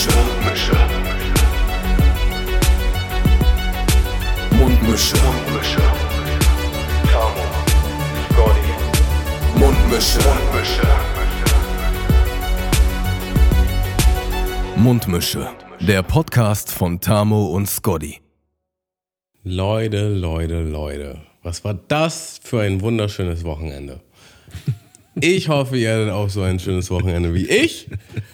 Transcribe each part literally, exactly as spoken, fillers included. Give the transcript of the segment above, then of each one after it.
Mundmische. Mundmische. Mundmische. Mundmische. Tamo, Scotty. Mundmische. Mundmische. Mundmische. Der Podcast von Tamo und Scotty. Leute, Leute, Leute. Was war das für ein wunderschönes Wochenende? Ich hoffe, ihr hattet auch so ein schönes Wochenende wie ich.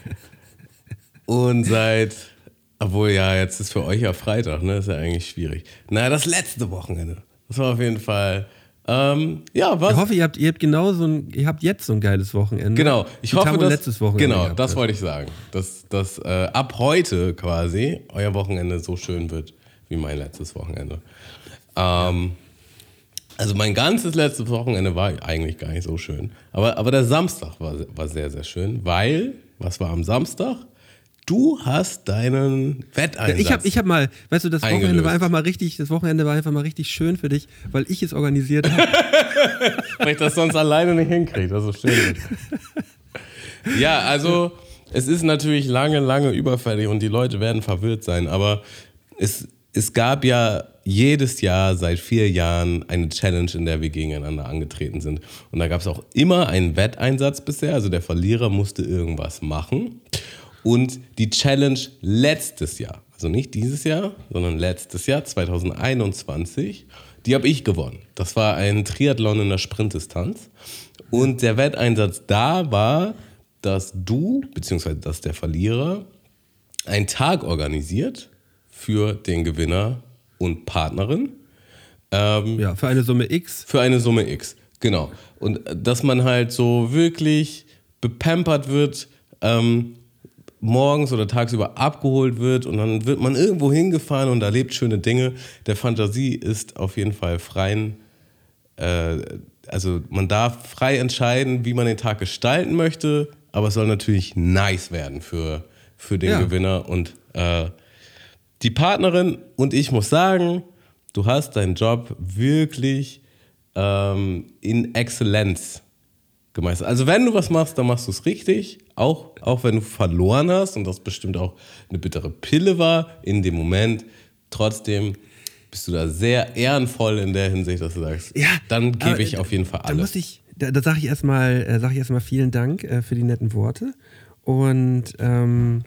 Und seid, obwohl ja, jetzt ist für euch ja Freitag, ne? Ist ja eigentlich schwierig. Naja, das letzte Wochenende. Das war auf jeden Fall, ähm, ja, was? Ich hoffe, ihr habt, ihr habt genau so ein, ihr habt jetzt so ein geiles Wochenende. Genau, ich hoffe, dass, letztes Wochenende genau, gehabt das hat. wollte ich sagen. Dass, dass äh, ab heute quasi euer Wochenende so schön wird wie mein letztes Wochenende. Ähm, also mein ganzes letztes Wochenende war eigentlich gar nicht so schön. Aber, aber der Samstag war, war sehr, sehr schön, weil, was war am Samstag? Du hast deinen Wetteinsatz. Ich habe ich hab mal, weißt du, das Wochenende eingelöst. war einfach mal richtig, das Wochenende war einfach mal richtig schön für dich, weil ich es organisiert habe. Weil ich das sonst alleine nicht hinkriege, das ist schön. Ja, also es ist natürlich lange, lange überfällig und die Leute werden verwirrt sein, aber es, es gab ja jedes Jahr seit vier Jahren eine Challenge, in der wir gegeneinander angetreten sind. Und da gab es auch immer einen Wetteinsatz bisher, also der Verlierer musste irgendwas machen. Und die Challenge letztes Jahr, also nicht dieses Jahr, sondern letztes Jahr, zwanzig einundzwanzig, die habe ich gewonnen. Das war ein Triathlon in der Sprintdistanz. Und der Wetteinsatz da war, dass du, beziehungsweise dass der Verlierer, einen Tag organisiert für den Gewinner und Partnerin. Ähm, Ja, für eine Summe X. Für eine Summe X, genau. Und dass man halt so wirklich bepampert wird, ähm, morgens oder tagsüber abgeholt wird und dann wird man irgendwo hingefahren und erlebt schöne Dinge. Der Fantasie ist auf jeden Fall freien, äh, also man darf frei entscheiden, wie man den Tag gestalten möchte, aber es soll natürlich nice werden für, für den Ja. Gewinner und äh, die Partnerin. Und ich muss sagen, du hast deinen Job wirklich ähm, in Exzellenz gemeistert. Also wenn du was machst, dann machst du es richtig, auch, auch wenn du verloren hast und das bestimmt auch eine bittere Pille war in dem Moment. Trotzdem bist du da sehr ehrenvoll in der Hinsicht, dass du sagst, Ja, dann gebe aber ich auf jeden Fall Da alles. muss ich, da, da sage ich erstmal, äh, sage ich erstmal vielen Dank äh, für die netten Worte und ähm,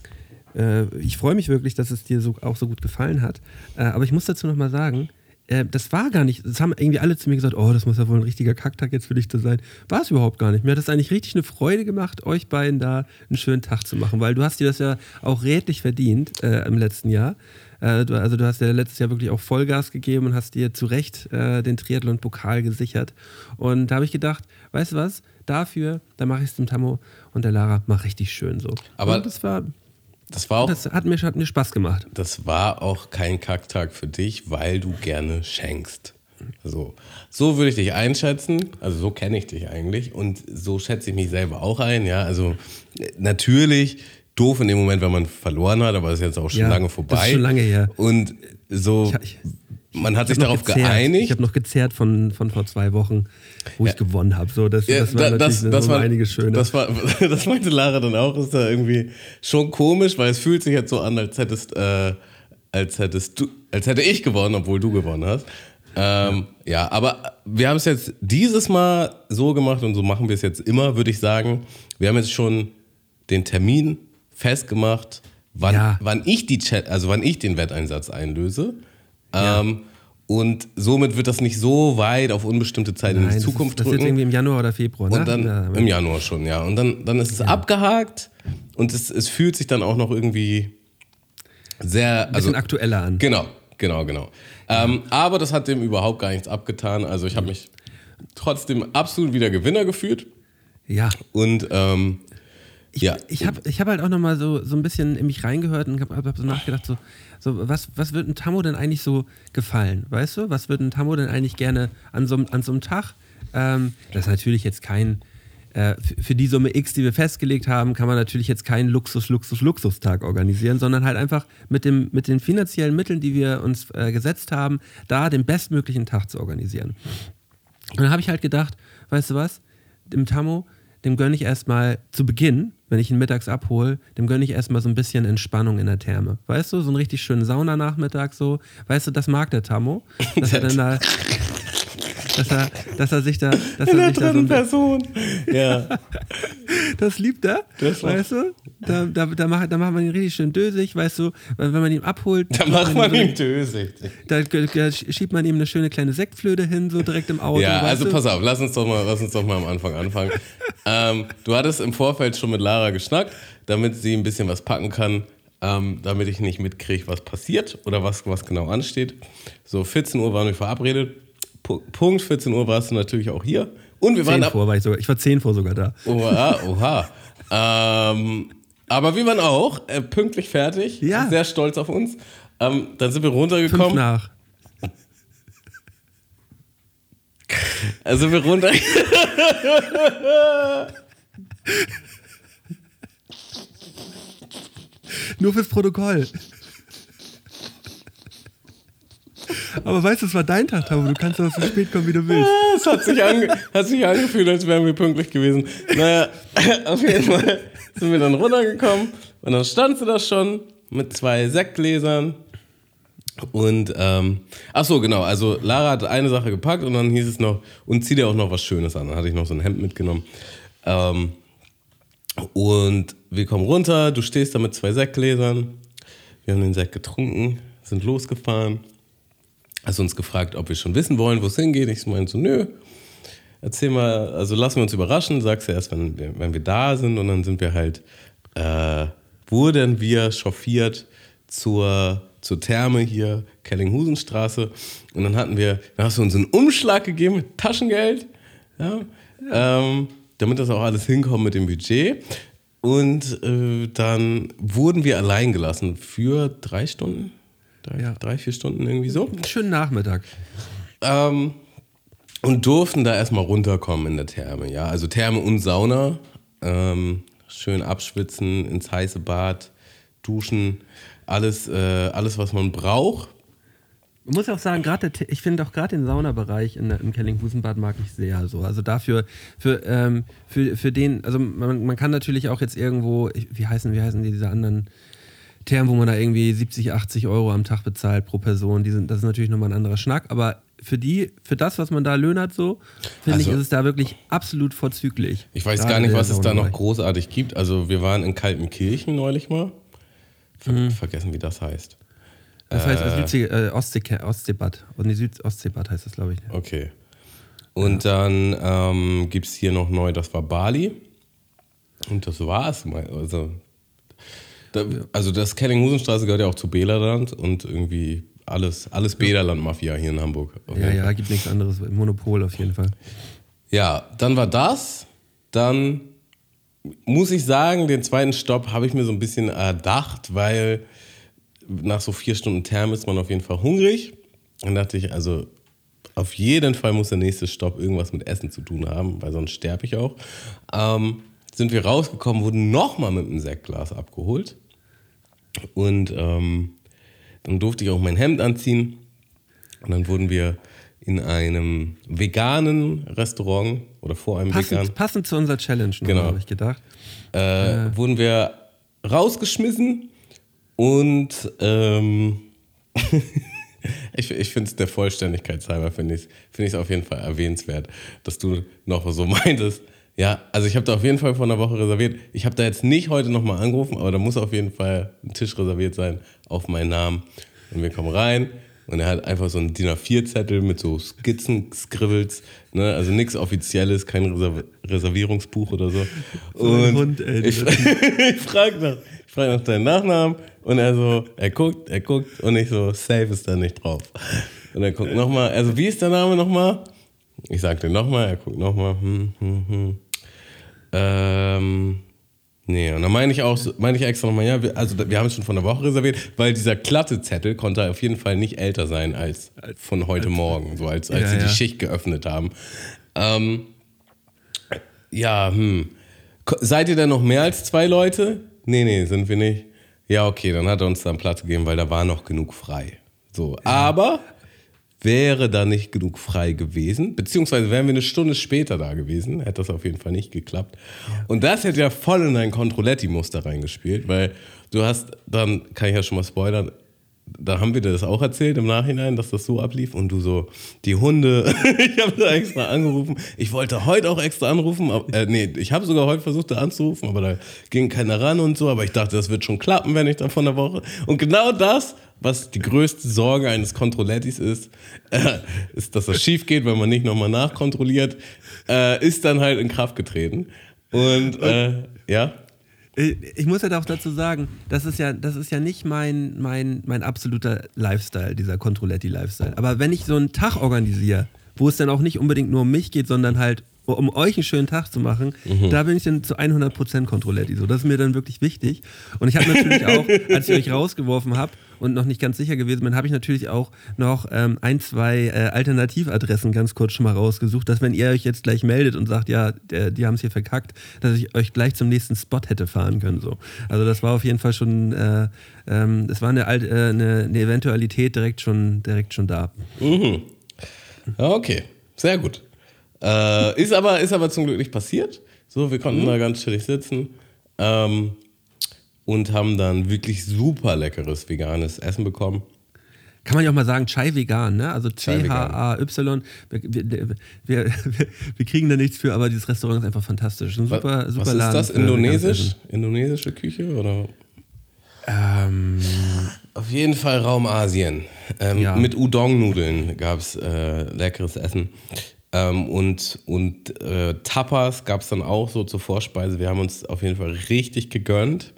äh, ich freue mich wirklich, dass es dir so, auch so gut gefallen hat. Äh, aber ich muss dazu nochmal sagen, äh, das war gar nicht, das haben irgendwie alle zu mir gesagt, oh, das muss ja wohl ein richtiger Kacktag jetzt für dich zu sein. War es überhaupt gar nicht. Mir hat das eigentlich richtig eine Freude gemacht, euch beiden da einen schönen Tag zu machen, weil du hast dir das ja auch redlich verdient äh, im letzten Jahr. Äh, du, also du hast ja letztes Jahr wirklich auch Vollgas gegeben und hast dir zu Recht äh, den Triathlon-Pokal gesichert. Und da habe ich gedacht, weißt du was, dafür, da mache ich es dem Tamo und der Lara mal richtig schön so. Aber und das war... Das war auch, Das hat mir, hat mir Spaß gemacht. das war auch kein Kacktag für dich, weil du gerne schenkst. Also, so würde ich dich einschätzen, also so kenne ich dich eigentlich und so schätze ich mich selber auch ein. Ja, also natürlich doof in dem Moment, wenn man verloren hat, aber das ist jetzt auch schon Ja, lange vorbei. das ist schon lange her. Und so, Ich- ich- man hat Ich sich hab noch darauf gezerrt. geeinigt. Ich habe noch gezerrt von, von vor zwei Wochen, wo ich gewonnen habe. So, das, Ja, das war da- natürlich das, das so war, einiges Schönes. Das, war, das meinte Lara dann auch, ist da irgendwie schon komisch, weil es fühlt sich jetzt so an, als hättest, äh, als hättest du, als hätte ich gewonnen, obwohl du gewonnen hast. Ähm, ja. ja, aber wir haben es jetzt dieses Mal so gemacht und so machen wir es jetzt immer, würde ich sagen. Wir haben jetzt schon den Termin festgemacht, wann, Ja. wann ich die Chat, also wann ich den Wetteinsatz einlöse. Ja. Ähm, und somit wird das nicht so weit auf unbestimmte Zeit Nein, in die das Zukunft ist, das ist jetzt drücken. irgendwie im Januar oder Februar, ne? Und dann ja, im Januar schon, ja. Und dann, dann ist es abgehakt und es, es fühlt sich dann auch noch irgendwie sehr... ein bisschen Also, aktueller an. genau, genau, genau. Ähm, aber das hat dem überhaupt gar nichts abgetan. Also ich habe mich trotzdem absolut wieder Gewinner gefühlt. Ja. Und ähm, Ich, ja. ich habe ich hab halt auch nochmal so, so ein bisschen in mich reingehört und habe hab so nachgedacht, so, so was, was wird ein Tamo denn eigentlich so gefallen, weißt du? Was wird ein Tamo denn eigentlich gerne an so, an so einem Tag? Ähm, das ist natürlich jetzt kein, äh, für, für die Summe X, die wir festgelegt haben, kann man natürlich jetzt keinen Luxus, Luxus, Luxustag organisieren, sondern halt einfach mit, dem, mit den finanziellen Mitteln, die wir uns äh, gesetzt haben, da den bestmöglichen Tag zu organisieren. Und dann habe ich halt gedacht, weißt du was, dem Tamo, dem gönne ich erstmal zu Beginn, wenn ich ihn mittags abhole, dem gönne ich erstmal so ein bisschen Entspannung in der Therme. Weißt du, so einen richtig schönen Saunanachmittag so. Weißt du, das mag der Tammo, dass er dann da, dass er, dass er sich da, dass in er der sich da so dritten ein, Person. Ja. das liebt er, Das war- weißt du? Da, da, da, macht, da macht man ihn richtig schön dösig, weißt du, weil wenn man ihn abholt, Da macht man so- ihn dösig. da, da schiebt man ihm eine schöne kleine Sektflöte hin, so direkt im Auto. Ja, weißt also du? pass auf, lass uns doch mal, lass uns doch mal am Anfang anfangen. ähm, du hattest im Vorfeld schon mit Lara geschnackt, damit sie ein bisschen was packen kann, ähm, damit ich nicht mitkriege, was passiert oder was, was genau ansteht. So, vierzehn Uhr waren wir verabredet. Pu- Punkt vierzehn Uhr warst du natürlich auch hier. Und wir waren zehn ab. vor war ich sogar. Ich war zehn vor sogar da. Oha, oha. ähm, aber wir waren auch äh, pünktlich fertig. Ja. Sehr stolz auf uns. Ähm, dann sind wir Fünf runtergekommen. nach. Also wir runter. Nur fürs Protokoll. Aber weißt du, es war dein Tag, Tamo. Du kannst auch so spät kommen, wie du willst. Es hat sich, ange hat sich angefühlt, als wären wir pünktlich gewesen. Naja, auf jeden Fall sind wir dann runtergekommen und dann stand sie da schon mit zwei Sektgläsern. Und, ähm, ach so, genau, also Lara hat eine Sache gepackt und dann hieß es noch, und zieh dir auch noch was Schönes an. Dann hatte ich noch so ein Hemd mitgenommen. Ähm, und wir kommen runter, du stehst da mit zwei Sektgläsern. Wir haben den Sekt getrunken, sind losgefahren. Hast uns gefragt, ob wir schon wissen wollen, wo es hingeht. Ich meinte so, nö, erzähl mal, also lassen wir uns überraschen, sagst du erst, wenn wir, wenn wir da sind. Und dann sind wir halt, äh, wurden wir chauffiert zur, zur Therme hier, Kellinghusenstraße. Und dann hatten wir, dann hast du uns einen Umschlag gegeben mit Taschengeld, ja, ja. Ähm, damit das auch alles hinkommt mit dem Budget. Und äh, dann wurden wir allein gelassen für drei Stunden. Drei, Ja. drei, vier Stunden irgendwie so. Einen schönen Nachmittag. Ähm, und durften da erstmal runterkommen in der Therme. Ja? Also Therme und Sauna. Ähm, schön abschwitzen, ins heiße Bad, duschen. Alles, äh, alles was man braucht. Ich muss auch sagen, gerade ich finde auch gerade den Saunabereich in, im Kellinghusenbad mag ich sehr so. Also dafür, für, ähm, für, für den, also man, man kann natürlich auch jetzt irgendwo, wie heißen, wie heißen die, diese anderen Thermen, wo man da irgendwie siebzig, achtzig Euro am Tag bezahlt pro Person, die sind, das ist natürlich nochmal ein anderer Schnack, aber für die, für das, was man da löhnert so, finde Also, ich, ist es da wirklich absolut vorzüglich. Ich weiß Gerade gar nicht, der was es da noch Saunabereich. großartig gibt. Also wir waren in Kaltenkirchen neulich mal. Ver Mhm. Vergessen, wie das heißt. Das heißt äh, Südsee, äh, Ostsee, Ostseebad. Und die Südostseebad heißt das, glaube ich. Okay. Und ja. dann ähm, gibt es hier noch neu, das war Bali. Und das war's. Also, da, also das Kellinghusenstraße gehört ja auch zu Bäderland und irgendwie alles, alles Bäderland-Mafia hier in Hamburg. Ja, ja, gibt nichts anderes. Monopol auf jeden Fall. Ja, dann war das. Dann muss ich sagen, den zweiten Stopp habe ich mir so ein bisschen erdacht, weil nach so vier Stunden Therme ist man auf jeden Fall hungrig. Dann dachte ich, also auf jeden Fall muss der nächste Stopp irgendwas mit Essen zu tun haben, weil sonst sterbe ich auch. Ähm, sind wir rausgekommen, wurden nochmal mit einem Sektglas abgeholt. Und ähm, dann durfte ich auch mein Hemd anziehen. Und dann wurden wir in einem veganen Restaurant oder vor einem Passend, veganen... passend zu unserer Challenge, Genau. habe ich gedacht. Äh, äh. Wurden wir rausgeschmissen und ähm, ich, ich finde es der Vollständigkeit halber, finde ich es find auf jeden Fall erwähnenswert, dass du noch so meintest. Ja, also ich habe da auf jeden Fall vor einer Woche reserviert. Ich habe da jetzt nicht heute nochmal angerufen, aber da muss auf jeden Fall ein Tisch reserviert sein auf meinen Namen. Und wir kommen rein und er hat einfach so einen D I N A vier Zettel mit so Skizzen, Scribbles, ne? Also nichts Offizielles, kein Reserv- Reservierungsbuch oder so. So ein Und Hund, ey, ich, ich frage nach, ich frag nach deinem Nachnamen und er so, er guckt, er guckt und ich so, safe ist da nicht drauf. Und er guckt nochmal, also wie ist der Name nochmal? Ich sag den nochmal, er guckt nochmal, hm, hm, hm. Ähm, nee, und dann meine ich auch, meine ich extra nochmal, ja, wir, also wir haben es schon von der Woche reserviert, weil dieser glatte Zettel konnte auf jeden Fall nicht älter sein als von heute Morgen, so als, als Ja, sie die ja. Schicht geöffnet haben. Ähm, ja, hm. Ko- Seid ihr denn noch mehr als zwei Leute? Nee, nee, sind wir nicht. Ja, okay, dann hat er uns da einen Platz gegeben, weil da war noch genug frei. So, aber wäre da nicht genug frei gewesen, beziehungsweise wären wir eine Stunde später da gewesen, hätte das auf jeden Fall nicht geklappt. Und das hätte ja voll in dein Controletti-Muster reingespielt, weil du hast dann, kann ich ja schon mal spoilern, da haben wir dir das auch erzählt im Nachhinein, dass das so ablief und du so, die Hunde, ich habe da extra angerufen, ich wollte heute auch extra anrufen, aber, äh, nee, ich habe sogar heute versucht da anzurufen, aber da ging keiner ran und so, aber ich dachte, das wird schon klappen, wenn ich da von der Woche, und genau das, was die größte Sorge eines Controlettis ist, äh, ist, dass das schief geht, wenn man nicht nochmal nachkontrolliert, äh, ist dann halt in Kraft getreten und, äh, ja. Ich muss ja auch dazu sagen, das ist ja, das ist ja nicht mein, mein, mein absoluter Lifestyle, dieser Controletti-Lifestyle. Aber wenn ich so einen Tag organisiere, wo es dann auch nicht unbedingt nur um mich geht, sondern halt um euch einen schönen Tag zu machen, mhm. da bin ich dann zu hundert Prozent Controletti. So, das ist mir dann wirklich wichtig. Und ich habe natürlich auch, als ich euch rausgeworfen habe und noch nicht ganz sicher gewesen bin, habe ich natürlich auch noch ähm, ein, zwei äh, Alternativadressen ganz kurz schon mal rausgesucht, dass wenn ihr euch jetzt gleich meldet und sagt, ja, der, die haben es hier verkackt, dass ich euch gleich zum nächsten Spot hätte fahren können. So. Also das war auf jeden Fall schon, äh, ähm, das war eine, äh, eine, eine Eventualität direkt schon, direkt schon da. Mhm. Okay, sehr gut. Äh, ist, aber, ist aber zum Glück nicht passiert. So, wir konnten mhm. da ganz chillig sitzen ähm, und haben dann wirklich super leckeres veganes Essen bekommen. Kann man ja auch mal sagen, Chai vegan, ne? Also C H A Y. Wir, wir, wir, wir kriegen da nichts für, aber dieses Restaurant ist einfach fantastisch. Ein super, super Was Laden ist das? Indonesisch? Indonesische Küche? Oder? Ähm, Auf jeden Fall Raum Asien. Ähm, ja. Mit Udon-Nudeln gab es äh, leckeres Essen. Ähm, und und äh, Tapas gab es dann auch so zur Vorspeise. Wir haben uns auf jeden Fall richtig gegönnt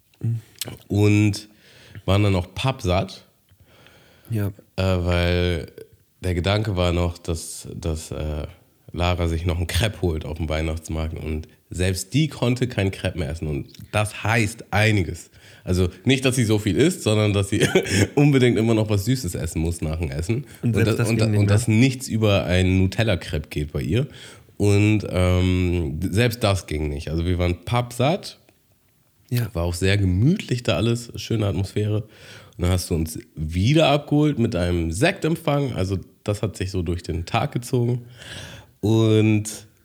und waren dann auch pappsatt. Ja. Äh, weil der Gedanke war noch, dass, dass äh, Lara sich noch einen Crepe holt auf dem Weihnachtsmarkt und selbst die konnte kein Crepe mehr essen und das heißt einiges. Also nicht, dass sie so viel isst, sondern dass sie unbedingt immer noch was Süßes essen muss nach dem Essen. Und, und, das, das, und, und dass nichts über einen Nutella-Crepe geht bei ihr. Und ähm, selbst das ging nicht. Also wir waren pappsatt. Ja. War auch sehr gemütlich da alles, schöne Atmosphäre. Und dann hast du uns wieder abgeholt mit einem Sektempfang. Also das hat sich so durch den Tag gezogen. Und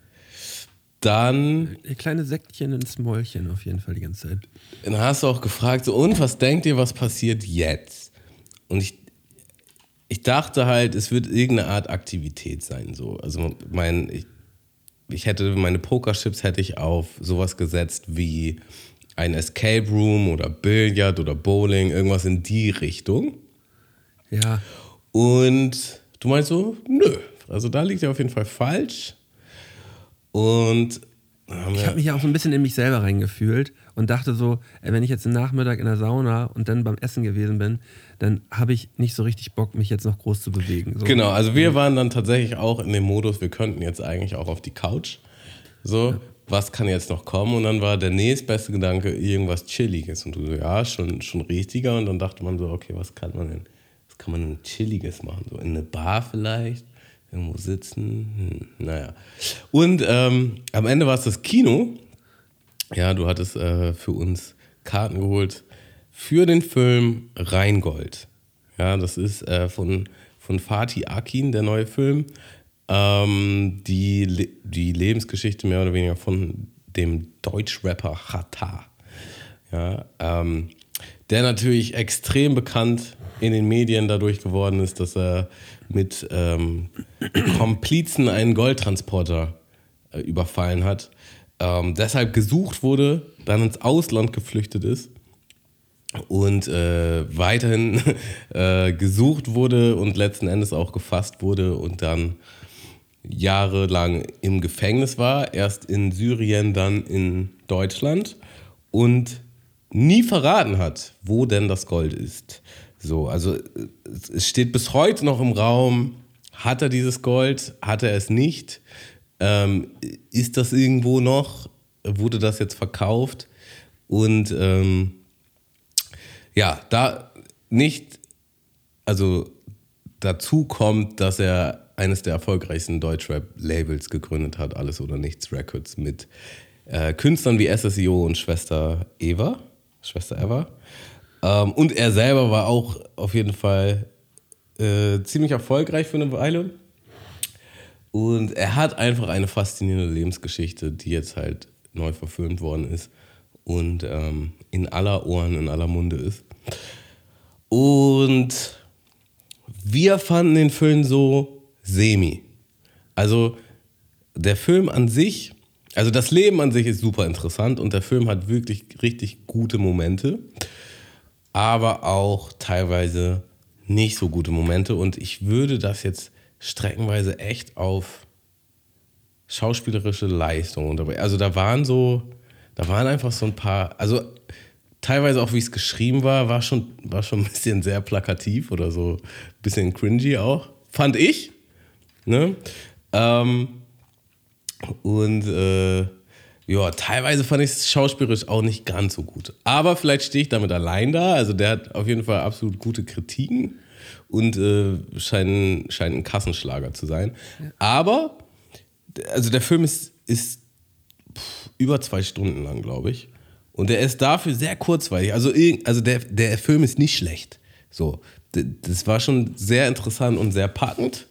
dann... Kleine Säckchen ins Mäulchen auf jeden Fall die ganze Zeit. Dann hast du auch gefragt, so, und was denkt ihr, was passiert jetzt? Und ich, ich dachte halt, es wird irgendeine Art Aktivität sein. So. Also mein, ich, ich hätte, meine Pokerchips hätte ich auf sowas gesetzt wie ein Escape Room oder Billard oder Bowling, irgendwas in die Richtung. Ja. Und du meinst so, nö. Also da liegt er auf jeden Fall falsch. Und ich habe mich ja auch so ein bisschen in mich selber reingefühlt und dachte so, ey, wenn ich jetzt den Nachmittag in der Sauna und dann beim Essen gewesen bin, dann habe ich nicht so richtig Bock, mich jetzt noch groß zu bewegen. So. Genau, also wir waren dann tatsächlich auch in dem Modus, wir könnten jetzt eigentlich auch auf die Couch. So, ja. Was kann jetzt noch kommen? Und dann war der nächstbeste Gedanke irgendwas Chilliges. Und du so, ja, schon, schon richtiger. Und dann dachte man so, okay, was kann man denn, was kann man denn Chilliges machen? So in eine Bar vielleicht? Irgendwo sitzen, hm, naja. Und ähm, am Ende war es das Kino. Ja, du hattest äh, für uns Karten geholt für den Film Rheingold. Ja, das ist äh, von, von Fatih Akin, der neue Film. Ähm, die, die Lebensgeschichte mehr oder weniger von dem Deutschrapper Xatar. Ja, ähm, der natürlich extrem bekannt in den Medien dadurch geworden ist, dass er mit ähm, Komplizen einen Goldtransporter äh, überfallen hat. Ähm, deshalb gesucht wurde, dann ins Ausland geflüchtet ist und äh, weiterhin äh, gesucht wurde und letzten Endes auch gefasst wurde und dann jahrelang im Gefängnis war. Erst in Syrien, dann in Deutschland und nie verraten hat, wo denn das Gold ist. So, also es steht bis heute noch im Raum, hat er dieses Gold, hat er es nicht, ähm, ist das irgendwo noch, wurde das jetzt verkauft und ähm, ja, da nicht, also dazu kommt, dass er eines der erfolgreichsten Deutschrap-Labels gegründet hat, Alles oder Nichts Records, mit äh, Künstlern wie S S I O und Schwester Eva, Schwester Eva. Ähm, und er selber war auch auf jeden Fall äh, ziemlich erfolgreich für eine Weile. Und er hat einfach eine faszinierende Lebensgeschichte, die jetzt halt neu verfilmt worden ist und ähm, in aller Ohren, in aller Munde ist. Und wir fanden den Film so semi. Also der Film an sich, also das Leben an sich ist super interessant und der Film hat wirklich richtig gute Momente, aber auch teilweise nicht so gute Momente. Und ich würde das jetzt streckenweise echt auf schauspielerische Leistung unterbrechen. Also da waren so, da waren einfach so ein paar, also teilweise auch wie es geschrieben war, war schon, war schon ein bisschen sehr plakativ oder so ein bisschen cringy auch, fand ich. Ne? Ähm, und äh, ja, teilweise fand ich es schauspielerisch auch nicht ganz so gut. Aber vielleicht stehe ich damit allein da. Also der hat auf jeden Fall absolut gute Kritiken und äh, scheint, scheint ein Kassenschlager zu sein. Ja. Aber, also der Film ist, ist pff, über zwei Stunden lang, glaube ich. Und der ist dafür sehr kurzweilig. Also, also der, der Film ist nicht schlecht. So, das war schon sehr interessant und sehr packend.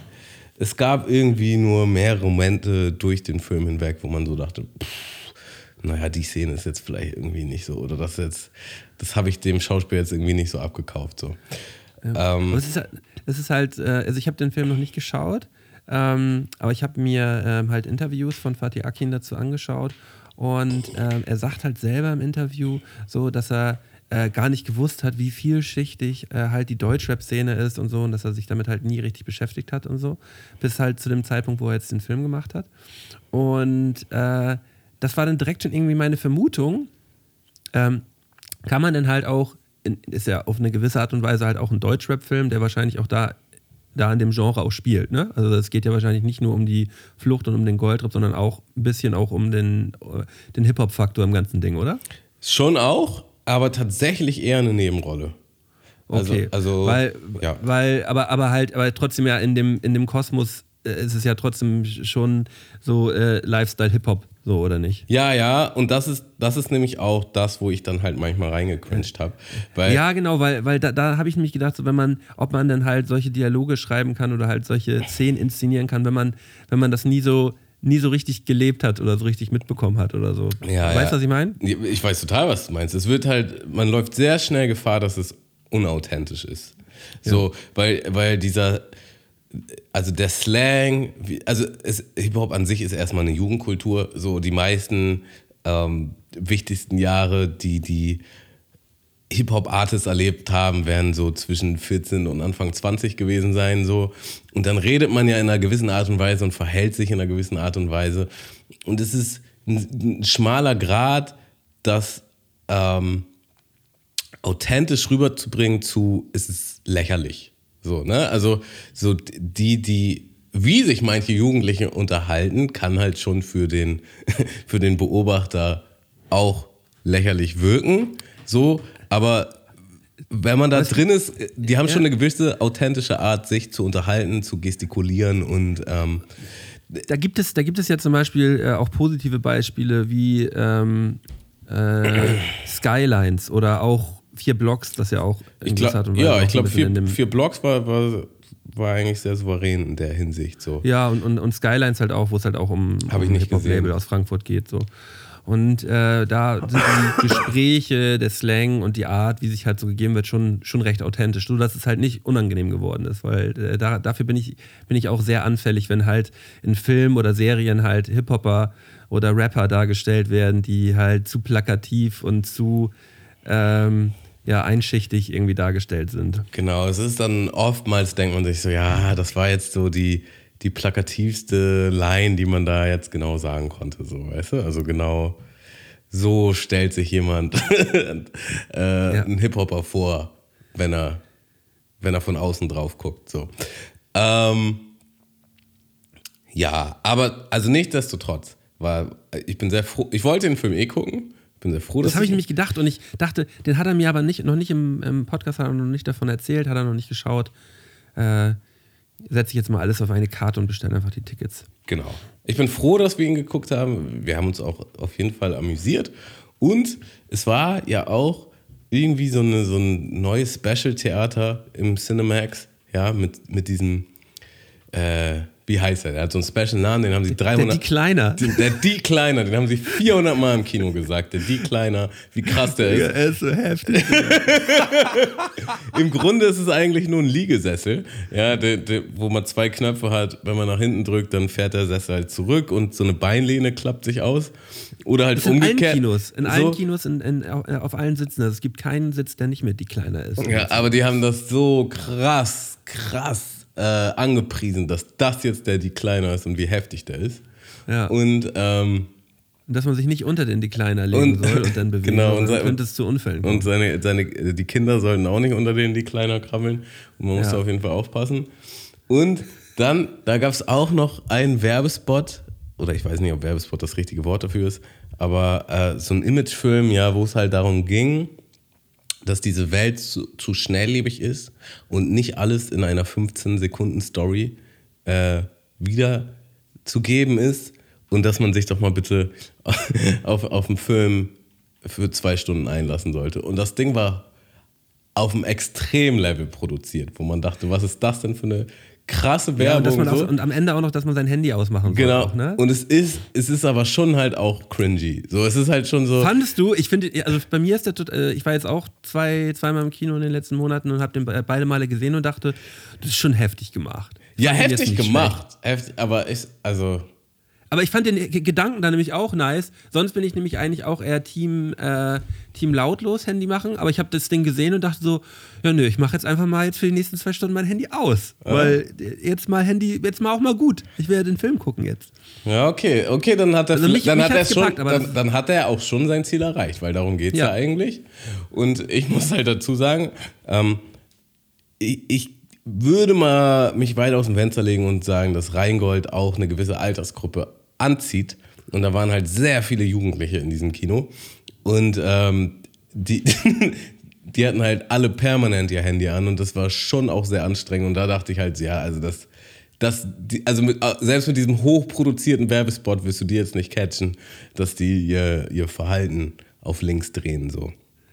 Es gab irgendwie nur mehrere Momente durch den Film hinweg, wo man so dachte, pff, naja, die Szene ist jetzt vielleicht irgendwie nicht so. Oder das jetzt, das habe ich dem Schauspiel jetzt irgendwie nicht so abgekauft. So. Ja. Ähm, es, ist, es ist halt, also ich habe den Film noch nicht geschaut, ähm, aber ich habe mir ähm, halt Interviews von Fatih Akin dazu angeschaut. Und ähm, er sagt halt selber im Interview so, dass er äh, gar nicht gewusst hat, wie vielschichtig äh, halt die Deutschrap-Szene ist und so und dass er sich damit halt nie richtig beschäftigt hat und so, bis halt zu dem Zeitpunkt, wo er jetzt den Film gemacht hat. Und äh, das war dann direkt schon irgendwie meine Vermutung, ähm, kann man denn halt auch, in, ist ja auf eine gewisse Art und Weise halt auch ein Deutschrap-Film, der wahrscheinlich auch da da in dem Genre auch spielt, ne? Also es geht ja wahrscheinlich nicht nur um die Flucht und um den Goldrap, sondern auch ein bisschen auch um den, den Hip-Hop-Faktor im ganzen Ding, oder? Schon auch, aber tatsächlich eher eine Nebenrolle. Also, okay, also, weil, ja. weil aber, aber halt, aber trotzdem ja in dem, in dem Kosmos äh, ist es ja trotzdem schon so äh, Lifestyle-Hip-Hop, so, oder nicht? Ja, ja, und das ist, das ist nämlich auch das, wo ich dann halt manchmal reingecringed habe. Ja, genau, weil, weil da, da habe ich nämlich gedacht, so, wenn man, ob man dann halt solche Dialoge schreiben kann oder halt solche Szenen inszenieren kann, wenn man, wenn man das nie so, nie so richtig gelebt hat oder so richtig mitbekommen hat oder so. Ja, weißt du, ja. was ich meine? Ich weiß total, was du meinst. Es wird halt, man läuft sehr schnell Gefahr, dass es unauthentisch ist. So, ja. weil, weil dieser, also der Slang, also es, Hip-Hop an sich ist erstmal eine Jugendkultur. So die meisten ähm, wichtigsten Jahre, die die Hip-Hop-Artists erlebt haben, werden so zwischen vierzehn und Anfang zwanzig gewesen sein. So. Und dann redet man ja in einer gewissen Art und Weise und verhält sich in einer gewissen Art und Weise. Und es ist ein, ein schmaler Grat, das ähm, authentisch rüberzubringen zu, es ist lächerlich. So, ne? Also so die, die, wie sich manche Jugendliche unterhalten, kann halt schon für den, für den Beobachter auch lächerlich wirken. So, aber wenn man da Was? drin ist, die haben ja. schon eine gewisse authentische Art, sich zu unterhalten, zu gestikulieren und ähm, da gibt es, da gibt es ja zum Beispiel äh, auch positive Beispiele wie ähm, äh, Skylines oder auch Vier Blocks, das ja auch in gewisser Art und Weise. Ja, ich glaube, vier, vier Blocks war, war, war eigentlich sehr souverän in der Hinsicht. So. Ja, und, und, und Skylines halt auch, wo es halt auch um, um ein Hip-Hop-Label aus Frankfurt geht. So. Und äh, da sind die Gespräche, der Slang und die Art, wie sich halt so gegeben wird, schon, schon recht authentisch. Nur, dass es halt nicht unangenehm geworden ist, weil äh, da, dafür bin ich, bin ich auch sehr anfällig, wenn halt in Filmen oder Serien halt Hip-Hopper oder Rapper dargestellt werden, die halt zu plakativ und zu ähm, ja, einschichtig irgendwie dargestellt sind. Genau, es ist dann oftmals, denkt man sich so, ja, das war jetzt so die, die plakativste Line, die man da jetzt genau sagen konnte, so, weißt du? Also genau so stellt sich jemand äh, ja. einen Hip-Hopper vor, wenn er, wenn er von außen drauf guckt, so. Ähm, ja, aber, also nichtsdestotrotz, war, ich bin sehr froh, ich wollte den Film eh gucken. Bin sehr froh, das habe ich nämlich gedacht und ich dachte, den hat er mir aber nicht, noch nicht im, im Podcast, hat er noch nicht davon erzählt, hat er noch nicht geschaut. Äh, setze ich jetzt mal alles auf eine Karte und bestelle einfach die Tickets. Genau. Ich bin froh, dass wir ihn geguckt haben. Wir haben uns auch auf jeden Fall amüsiert. Und es war ja auch irgendwie so, eine, so ein neues Special-Theater im Cinemax ja, mit, mit diesem, äh, wie heißt er? Der hat so einen Special-Namen, den haben sie dreihundert... Der Die Kleiner. Den, der Die Kleiner, den haben sie vierhundert Mal im Kino gesagt. Der Die Kleiner, wie krass der ist. Ja, er ist so heftig. Im Grunde ist es eigentlich nur ein Liegesessel, ja, der, der, wo man zwei Knöpfe hat. Wenn man nach hinten drückt, dann fährt der Sessel halt zurück und so eine Beinlehne klappt sich aus. Oder halt Das ist umgekehrt. In allen Kinos, in so. allen Kinos, in, in, auf allen Sitzen. Also es gibt keinen Sitz, der nicht mit Die Kleiner ist. Ja, aber die haben das so krass, krass äh, angepriesen, dass das jetzt der Die Kleiner ist und wie heftig der ist. Ja. Und ähm, dass man sich nicht unter den Die Kleiner legen Und- soll und dann bewegen, genau, und dann se- könnte es zu Unfällen kommen. Und seine, seine, die Kinder sollten auch nicht unter denen Die Kleiner krabbeln. Und man muss Ja. da auf jeden Fall aufpassen. Und dann, da gab es auch noch einen Werbespot, oder ich weiß nicht, ob Werbespot das richtige Wort dafür ist, aber äh, so ein Imagefilm, ja, wo es halt darum ging, dass diese Welt zu, zu schnelllebig ist und nicht alles in einer fünfzehn-Sekunden-Story äh, wiederzugeben ist und dass man sich doch mal bitte auf, auf einen Film für zwei Stunden einlassen sollte. Und das Ding war auf einem Extremlevel produziert, wo man dachte, was ist das denn für eine krasse Ja, Werbung? und, dass man so. auch, und am Ende auch noch, dass man sein Handy ausmachen soll. Genau. Auch, ne? Und es ist, es ist aber schon halt auch cringy. So, es ist halt schon so. Fandest du, ich finde, also bei mir ist der, tot- äh, ich war jetzt auch zwei, zweimal im Kino in den letzten Monaten und habe den be- beide Male gesehen und dachte, das ist schon heftig gemacht. Ich Ja, fand den jetzt heftig nicht gemacht. Heftig, aber ich, also. Aber ich fand den G- Gedanken da nämlich auch nice. Sonst bin ich nämlich eigentlich auch eher Team, äh, Team lautlos Handy machen. Aber ich habe das Ding gesehen und dachte so, ja nö, ich mache jetzt einfach mal jetzt für die nächsten zwei Stunden mein Handy aus. Ja. Weil jetzt mal Handy, jetzt mal auch mal gut. Ich werde den Film gucken jetzt. Ja, okay, okay, dann hat er, Also mich- dann, mich hat er hat's schon, gepackt, aber dann, das- dann hat er auch schon sein Ziel erreicht, weil darum geht es ja. Ja. eigentlich. Und ich muss halt dazu sagen, ähm, ich, ich würde mal mich weit aus dem Fenster legen und sagen, dass Rheingold auch eine gewisse Altersgruppe anzieht. Und da waren halt sehr viele Jugendliche in diesem Kino. Und ähm, die, die hatten halt alle permanent ihr Handy an und das war schon auch sehr anstrengend. Und da dachte ich halt, ja, also das, das die, also mit, selbst mit diesem hochproduzierten Werbespot wirst du die jetzt nicht catchen, dass die ihr, ihr Verhalten auf links drehen, so.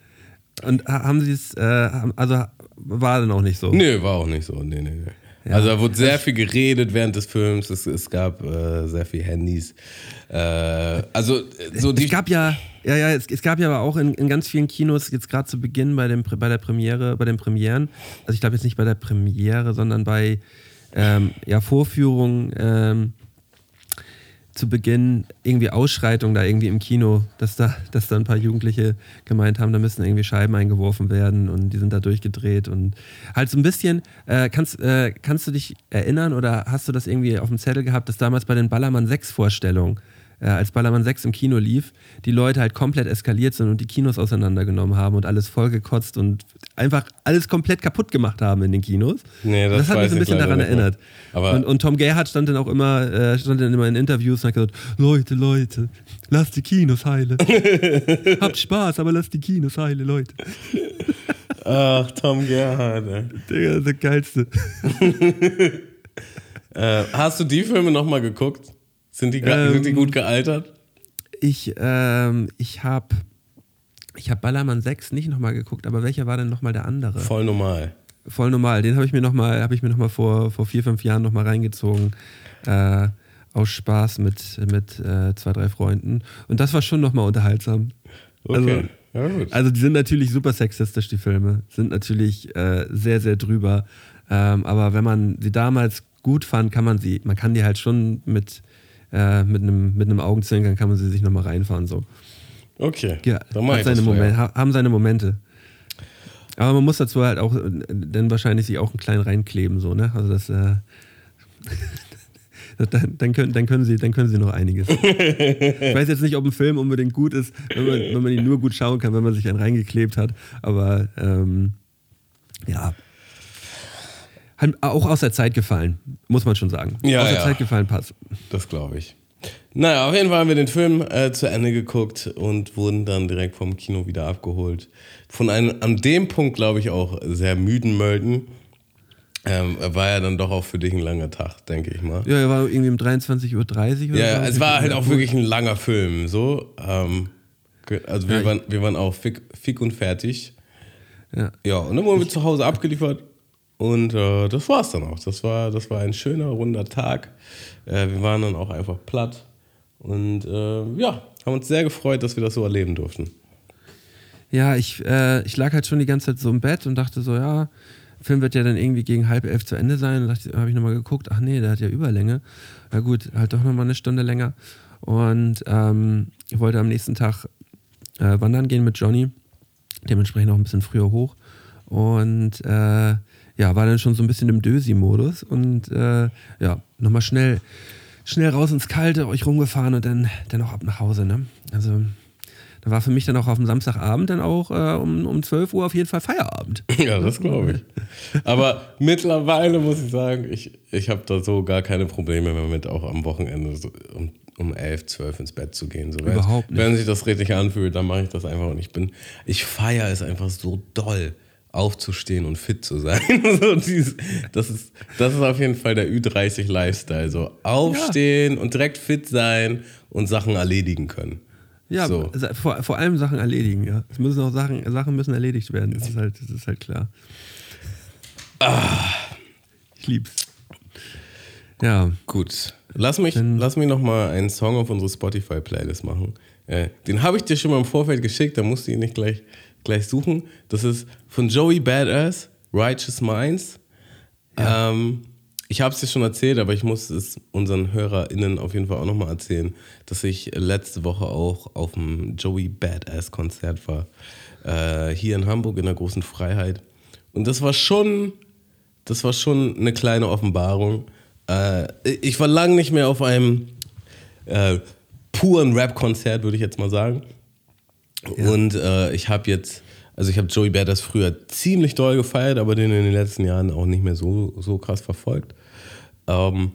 Und ha- haben sie es, äh, haben- also war dann auch nicht so. Nö, war auch nicht so. Nee, nee, nee. Ja. Also da wurde sehr viel geredet während des Films. Es, es gab äh, sehr viel Handys. Äh, also so die. Es gab ja, ja, ja, es, es gab ja aber auch in, in ganz vielen Kinos, jetzt gerade zu Beginn bei, dem, bei der Premiere, bei den Premieren, also ich glaube jetzt nicht bei der Premiere, sondern bei ähm, ja, Vorführungen ähm, zu Beginn irgendwie Ausschreitungen da irgendwie im Kino, dass da, dass da ein paar Jugendliche gemeint haben, da müssen irgendwie Scheiben eingeworfen werden und die sind da durchgedreht und halt so ein bisschen, äh, kannst, äh, kannst du dich erinnern oder hast du das irgendwie auf dem Zettel gehabt, dass damals bei den Ballermann sechs Vorstellungen, äh, als Ballermann sechs im Kino lief, die Leute halt komplett eskaliert sind und die Kinos auseinandergenommen haben und alles vollgekotzt und einfach alles komplett kaputt gemacht haben in den Kinos. Nee, das hat mich weiß so ein ich bisschen leider daran nicht mehr. erinnert. Aber und, und Tom Gerhardt stand dann auch immer, äh, stand dann immer in Interviews und hat gesagt, Leute, Leute, lasst die Kinos heile. Habt Spaß, aber lasst die Kinos heile, Leute. ach, Tom Gerhardt. Ey. Der, der Geilste. Äh, hast du die Filme nochmal geguckt? Sind die, ge- Ähm, sind die gut gealtert? Ich, ähm, ich habe ich hab Ballermann sechs nicht nochmal geguckt, aber welcher war denn nochmal der andere? Voll normal. Voll normal. Den habe ich mir nochmal, habe ich mir nochmal vor, vor vier, fünf Jahren nochmal reingezogen. Äh, aus Spaß mit, mit äh, zwei, drei Freunden. Und das war schon nochmal unterhaltsam. Okay. Also, ja, gut. Also die sind natürlich super sexistisch, die Filme. Sind natürlich äh, sehr, sehr drüber. Ähm, aber wenn man sie damals gut fand, kann man sie, man kann die halt schon mit, äh, mit einem mit einem Augenzwinkern kann man sie sich nochmal reinfahren. So. Okay. Ja, dann mach hat ich seine das Momente, vorher. ha- haben seine Momente. Aber man muss dazu halt auch äh, dann wahrscheinlich sich auch einen kleinen reinkleben, so, ne? Also das, äh, dann, dann, können, dann, können sie, dann können sie noch einiges. Ich weiß jetzt nicht, ob ein Film unbedingt gut ist, wenn man, wenn man ihn nur gut schauen kann, wenn man sich einen reingeklebt hat. Aber ähm, ja. Hat auch aus der Zeit gefallen, muss man schon sagen. Ja, aus der ja. Zeit gefallen passt. Das glaube ich. Naja, auf jeden Fall haben wir den Film äh, zu Ende geguckt und wurden dann direkt vom Kino wieder abgeholt. Von einem, an dem Punkt, glaube ich, auch sehr müden Mölden. Ähm, war ja dann doch auch für dich ein langer Tag, denke ich mal. Ja, er war irgendwie um dreiundzwanzig Uhr dreißig oder Ja, so. es war halt auch wirklich ein langer Film. So, ähm, ge- also wir, Ja, ich- waren, wir waren auch fick, fick und fertig. Ja. Ja, und dann wurden wir zu Hause abgeliefert Und äh, das war's dann auch. Das war, das war ein schöner, runder Tag. Äh, wir waren dann auch einfach platt. Und äh, ja, haben uns sehr gefreut, dass wir das so erleben durften. Ja, ich, äh, ich lag halt schon die ganze Zeit so im Bett und dachte so, ja, der Film wird ja dann irgendwie gegen halb elf zu Ende sein. Und da habe ich nochmal geguckt, ach nee, der hat ja Überlänge. Na gut, halt doch nochmal eine Stunde länger. Und ähm, ich wollte am nächsten Tag äh, wandern gehen mit Johnny. Dementsprechend auch ein bisschen früher hoch. Und äh, ja, war dann schon so ein bisschen im Dösi-Modus. Und äh, ja, nochmal schnell, schnell raus ins Kalte, euch rumgefahren und dann, dann auch ab nach Hause. Ne? Also da war für mich dann auch auf dem Samstagabend dann auch äh, um, um zwölf Uhr auf jeden Fall Feierabend. Ja, das glaube ich. Aber mittlerweile muss ich sagen, ich, ich habe da so gar keine Probleme mehr mit, auch am Wochenende so um, um elf, zwölf ins Bett zu gehen. So, Überhaupt nicht. Wenn sich das richtig anfühlt, dann mache ich das einfach. Und ich bin, ich feiere es einfach so doll, aufzustehen und fit zu sein. so dieses, das, ist, das ist auf jeden Fall der Ü dreißig Lifestyle. So aufstehen ja. und direkt fit sein und Sachen erledigen können. Ja, so. vor, vor allem Sachen erledigen, ja. Es müssen auch Sachen, Sachen müssen erledigt werden, das ist halt, das ist halt klar. Ah. Ich lieb's. Ja. Gut. Lass mich, lass mich nochmal einen Song auf unsere Spotify-Playlist machen. Äh, den habe ich dir schon mal im Vorfeld geschickt, da musst du ihn nicht gleich, gleich suchen. Das ist von Joey Badass, Righteous Minds. Ja. Ähm, Ich habe es dir schon erzählt, aber ich muss es unseren HörerInnen auf jeden Fall auch nochmal erzählen, dass ich letzte Woche auch auf dem Joey Badass Konzert war. Äh, hier in Hamburg in der Großen Freiheit. Und das war schon, das war schon eine kleine Offenbarung. Äh, ich war lange nicht mehr auf einem äh, puren Rap-Konzert, würde ich jetzt mal sagen. Ja. Und äh, ich habe jetzt, also ich habe Joey Badass früher ziemlich doll gefeiert, aber den in den letzten Jahren auch nicht mehr so, so krass verfolgt. Ähm,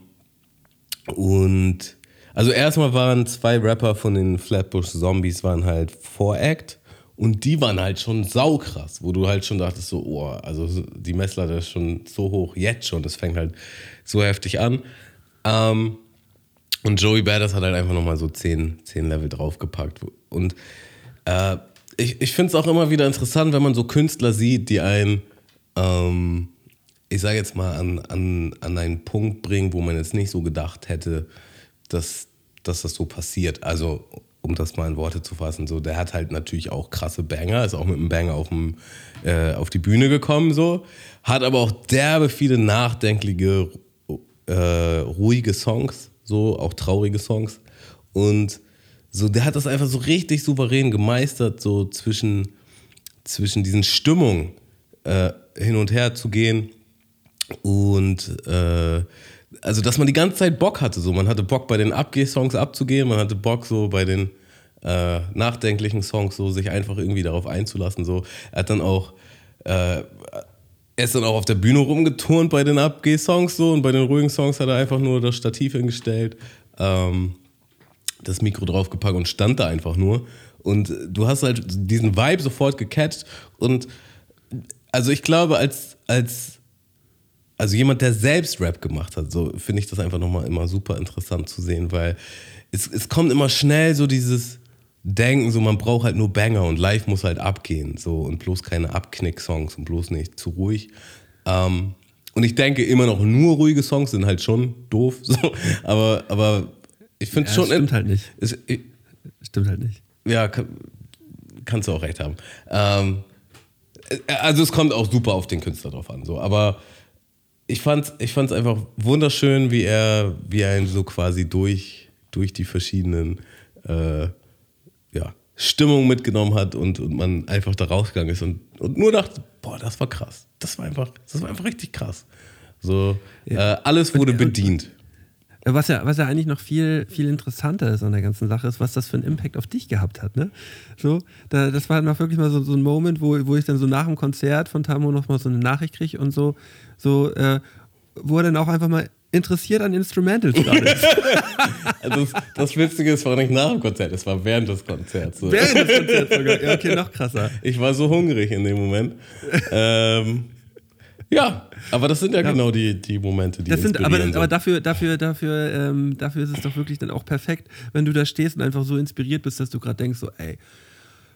und also erstmal waren zwei Rapper von den Flatbush Zombies waren halt Voract und die waren halt schon saukrass, wo du halt schon dachtest so, oh, also die Messlatte ist schon so hoch, jetzt schon, das fängt halt so heftig an. Ähm, und Joey Badass hat halt einfach nochmal so zehn, zehn Level draufgepackt und äh, Ich, ich finde es auch immer wieder interessant, wenn man so Künstler sieht, die einen, ähm, ich sage jetzt mal, an, an, an einen Punkt bringen, wo man jetzt nicht so gedacht hätte, dass, dass das so passiert. Also, um das mal in Worte zu fassen, so, der hat halt natürlich auch krasse Banger, ist auch mit einem Banger auf, dem, äh, auf die Bühne gekommen, so, hat aber auch derbe viele nachdenkliche, äh, ruhige Songs, so, auch traurige Songs. Und so, der hat das einfach so richtig souverän gemeistert, so zwischen, zwischen diesen Stimmungen äh, hin und her zu gehen. Und äh, also, dass man die ganze Zeit Bock hatte. So. Man hatte Bock, bei den Abgeh-Songs abzugehen, man hatte Bock, so bei den äh, nachdenklichen Songs so sich einfach irgendwie darauf einzulassen. So. Er hat dann auch, äh, er ist dann auch auf der Bühne rumgeturnt bei den Abgeh-Songs so, und bei den ruhigen Songs hat er einfach nur das Stativ hingestellt. Ähm, das Mikro draufgepackt und stand da einfach nur. Und du hast halt diesen Vibe sofort gecatcht. Und also ich glaube, als, als also jemand, der selbst Rap gemacht hat, so finde ich das einfach nochmal immer super interessant zu sehen, weil es, es kommt immer schnell so dieses Denken, so man braucht halt nur Banger und live muss halt abgehen, so, und bloß keine Abknick-Songs und bloß nicht zu ruhig. Ähm, und ich denke immer noch, nur ruhige Songs sind halt schon doof, so, aber, aber ich finde ja, schon... Stimmt in, halt nicht. Es, ich, stimmt halt nicht. Ja, kann, kannst du auch recht haben. Ähm, also es kommt auch super auf den Künstler drauf an, so, aber ich fand ich fand's einfach wunderschön, wie er, wie er ihn so quasi durch, durch die verschiedenen äh, ja, Stimmungen mitgenommen hat und, und man einfach da rausgegangen ist und, und nur dachte, boah, das war krass. Das war einfach, das war einfach richtig krass. So, ja. äh, alles wurde bedient. Was ja, was ja eigentlich noch viel, viel interessanter ist an der ganzen Sache, ist, was das für einen Impact auf dich gehabt hat. Ne? So, da, das war noch wirklich mal so, so ein Moment, wo, wo ich dann so nach dem Konzert von Tamo noch mal so eine Nachricht kriege und so, so äh, wo er dann auch einfach mal interessiert an Instrumentals gerade ist. Also das, das Witzige ist, es war nicht nach dem Konzert, es war während des Konzerts. So. Während des Konzerts sogar, ja, okay, noch krasser. Ich war so hungrig in dem Moment. ähm, ja, aber das sind ja, ja genau die, die Momente, die das sind, aber, sind. aber dafür, dafür, dafür, ähm, dafür ist es doch wirklich dann auch perfekt, wenn du da stehst und einfach so inspiriert bist, dass du gerade denkst, so, ey,